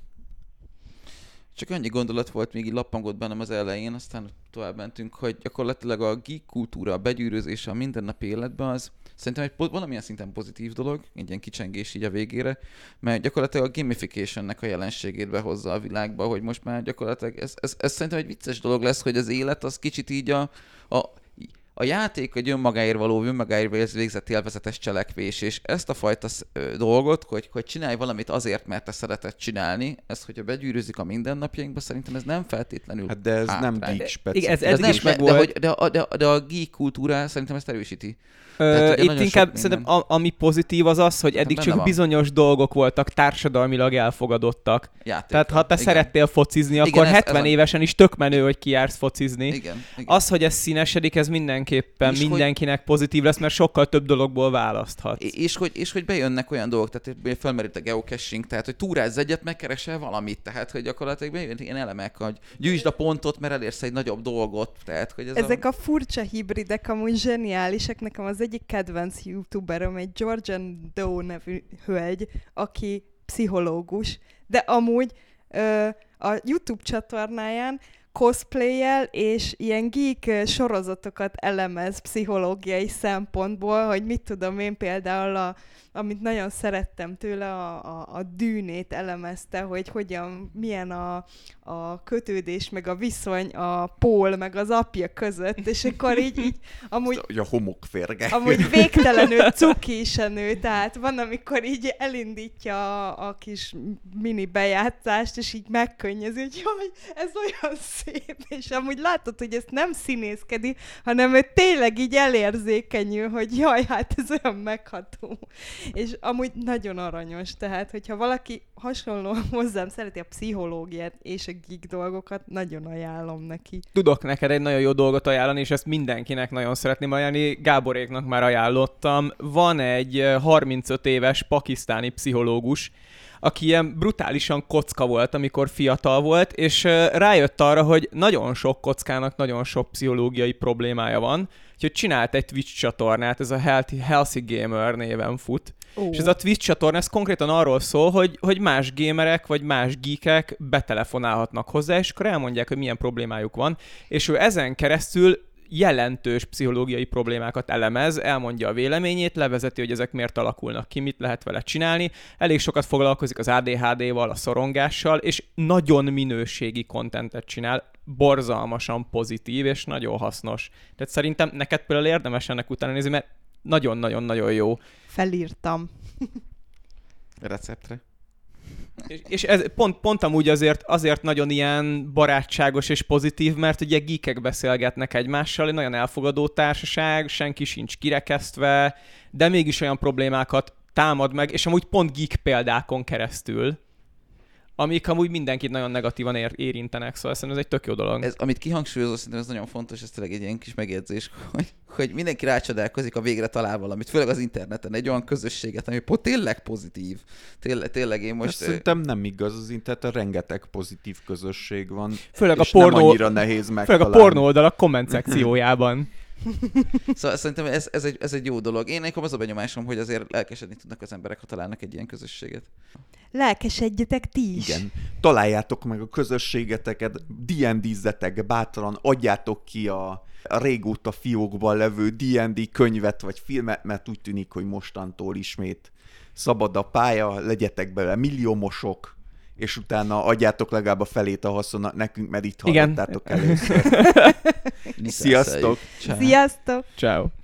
Csak annyi gondolat volt, még így lappangott bennem az elején, aztán tovább mentünk, hogy gyakorlatilag a geek kultúra, a begyűrűzése a mindennapi életben az szerintem egy valamilyen szinten pozitív dolog, egy ilyen kicsengés így a végére, mert gyakorlatilag a gamificationnek a jelenségét behozza a világba, hogy most már gyakorlatilag ez, ez, ez szerintem egy vicces dolog lesz, hogy az élet az kicsit így a, a A játék egy önmagáért való, önmagáért végzett élvezetes cselekvés, és ezt a fajta dolgot, hogy, hogy csinálj valamit azért, mert te szereted csinálni, ez, hogyha begyűrűzik a mindennapjainkba, szerintem ez nem feltétlenül Hát de ez hátrány. nem geek specifikus. Ez, ez nem, is meg de, volt. de, hogy, de, a, de, de a geek kultúra szerintem ezt erősíti. Ö, Tehát, itt inkább szerintem a, ami pozitív az az, hogy Szerintem eddig benne csak van. bizonyos dolgok voltak társadalmilag elfogadottak. Játék. Tehát ha te Igen. szerettél focizni, Igen, akkor ez- hetven ez a- évesen is tök menő, hogy kijársz focizni. Igen, igen. Az, hogy ez színesedik, ez mindenképpen És hogy- mindenkinek pozitív lesz, mert sokkal több dologból választhatsz. És, és, hogy, és hogy bejönnek olyan dolgok, tehát hogy felmerült a geocaching, tehát hogy túrázz egyet, megkeresel valamit, tehát hogy gyakorlatilag bejön ilyen elemek, hogy gyűjtsd a pontot, mert elérsz egy nagyobb dolgot. Tehát, hogy ez Ezek a... a furcsa hibridek amúgy zseniálisak. Nekem az egyik kedvenc youtuberom egy Georgian Doe nevű hölgy, aki pszichológus, de amúgy ö, a YouTube csatornáján cosplayel és ilyen geek sorozatokat elemez pszichológiai szempontból, hogy mit tudom én például, a, amit nagyon szerettem tőle, a, a, a Dűnét elemezte, hogy hogyan, milyen a, a kötődés, meg a viszony a Paul, meg az apja között, és akkor így, így amúgy Hogy a homokférge. Amúgy végtelenül cuki is a nő, tehát van, amikor így elindítja a, a kis mini bejátszást, és így megkönnyezi, hogy jaj, ez olyan szép, és amúgy látod, hogy ezt nem színészkedi, hanem ő tényleg így elérzékenyül, hogy jaj, hát ez olyan megható. És amúgy nagyon aranyos, tehát hogyha valaki hasonlóan hozzám szereti a pszichológiát és a geek dolgokat, nagyon ajánlom neki. Tudok neked egy nagyon jó dolgot ajánlani, és ezt mindenkinek nagyon szeretném ajánlani. Gáboréknak már ajánlottam. Van egy harmincöt éves pakisztáni pszichológus, aki ilyen brutálisan kocka volt, amikor fiatal volt, és rájött arra, hogy nagyon sok kockának nagyon sok pszichológiai problémája van, úgyhogy csinált egy Twitch csatornát, ez a Healthy, Healthy Gamer néven fut. Ó. És ez a Twitch csatorna, ez konkrétan arról szól, hogy, hogy más gamerek vagy más geekek betelefonálhatnak hozzá, és akkor elmondják, hogy milyen problémájuk van, és ő ezen keresztül jelentős pszichológiai problémákat elemez, elmondja a véleményét, levezeti, hogy ezek miért alakulnak ki, mit lehet vele csinálni. Elég sokat foglalkozik az á dé há dé-val, a szorongással, és nagyon minőségi kontentet csinál, borzalmasan pozitív és nagyon hasznos. Tehát szerintem neked például érdemes ennek utána nézni, mert nagyon-nagyon-nagyon jó. Felírtam. receptre. És, és ez pont, pont amúgy azért, azért nagyon ilyen barátságos és pozitív, mert ugye geekek beszélgetnek egymással, egy nagyon elfogadó társaság, senki sincs kirekesztve, de mégis olyan problémákat támad meg, és amúgy pont geek példákon keresztül, amik amúgy mindenkit nagyon negatívan ér, érintenek, szóval szerintem ez egy tök jó dolog. Ez, amit kihangsúlyozol, szerintem ez nagyon fontos, ez tényleg egy ilyen kis megjegyzés, hogy, hogy mindenki rácsodálkozik, a végre talál valamit, főleg az interneten, egy olyan közösséget, ami po- tényleg pozitív. Tényleg, tényleg én most... Most... Szerintem nem igaz, az interneten rengeteg pozitív közösség van, Főleg és a pornó, nem annyira nehéz főleg megtalálni. a pornó oldalak komment szekciójában. Szóval szerintem ez, ez, egy, ez egy jó dolog. Én nekem az a benyomásom, hogy azért lelkesedni tudnak az emberek, ha találnak egy ilyen közösséget. Lelkesedjetek ti is. Igen. Találjátok meg a közösségeteket, dé end dé-zzetek bátran, adjátok ki a, a régóta fiókban levő dé end dé könyvet vagy filmet, mert úgy tűnik, hogy mostantól ismét szabad a pálya, legyetek belőle milliómosok, és utána adjátok legalább a felét a haszonnak nekünk, mert itt hallottátok először. Sziasztok! Ciao. Sziasztok! Ciao.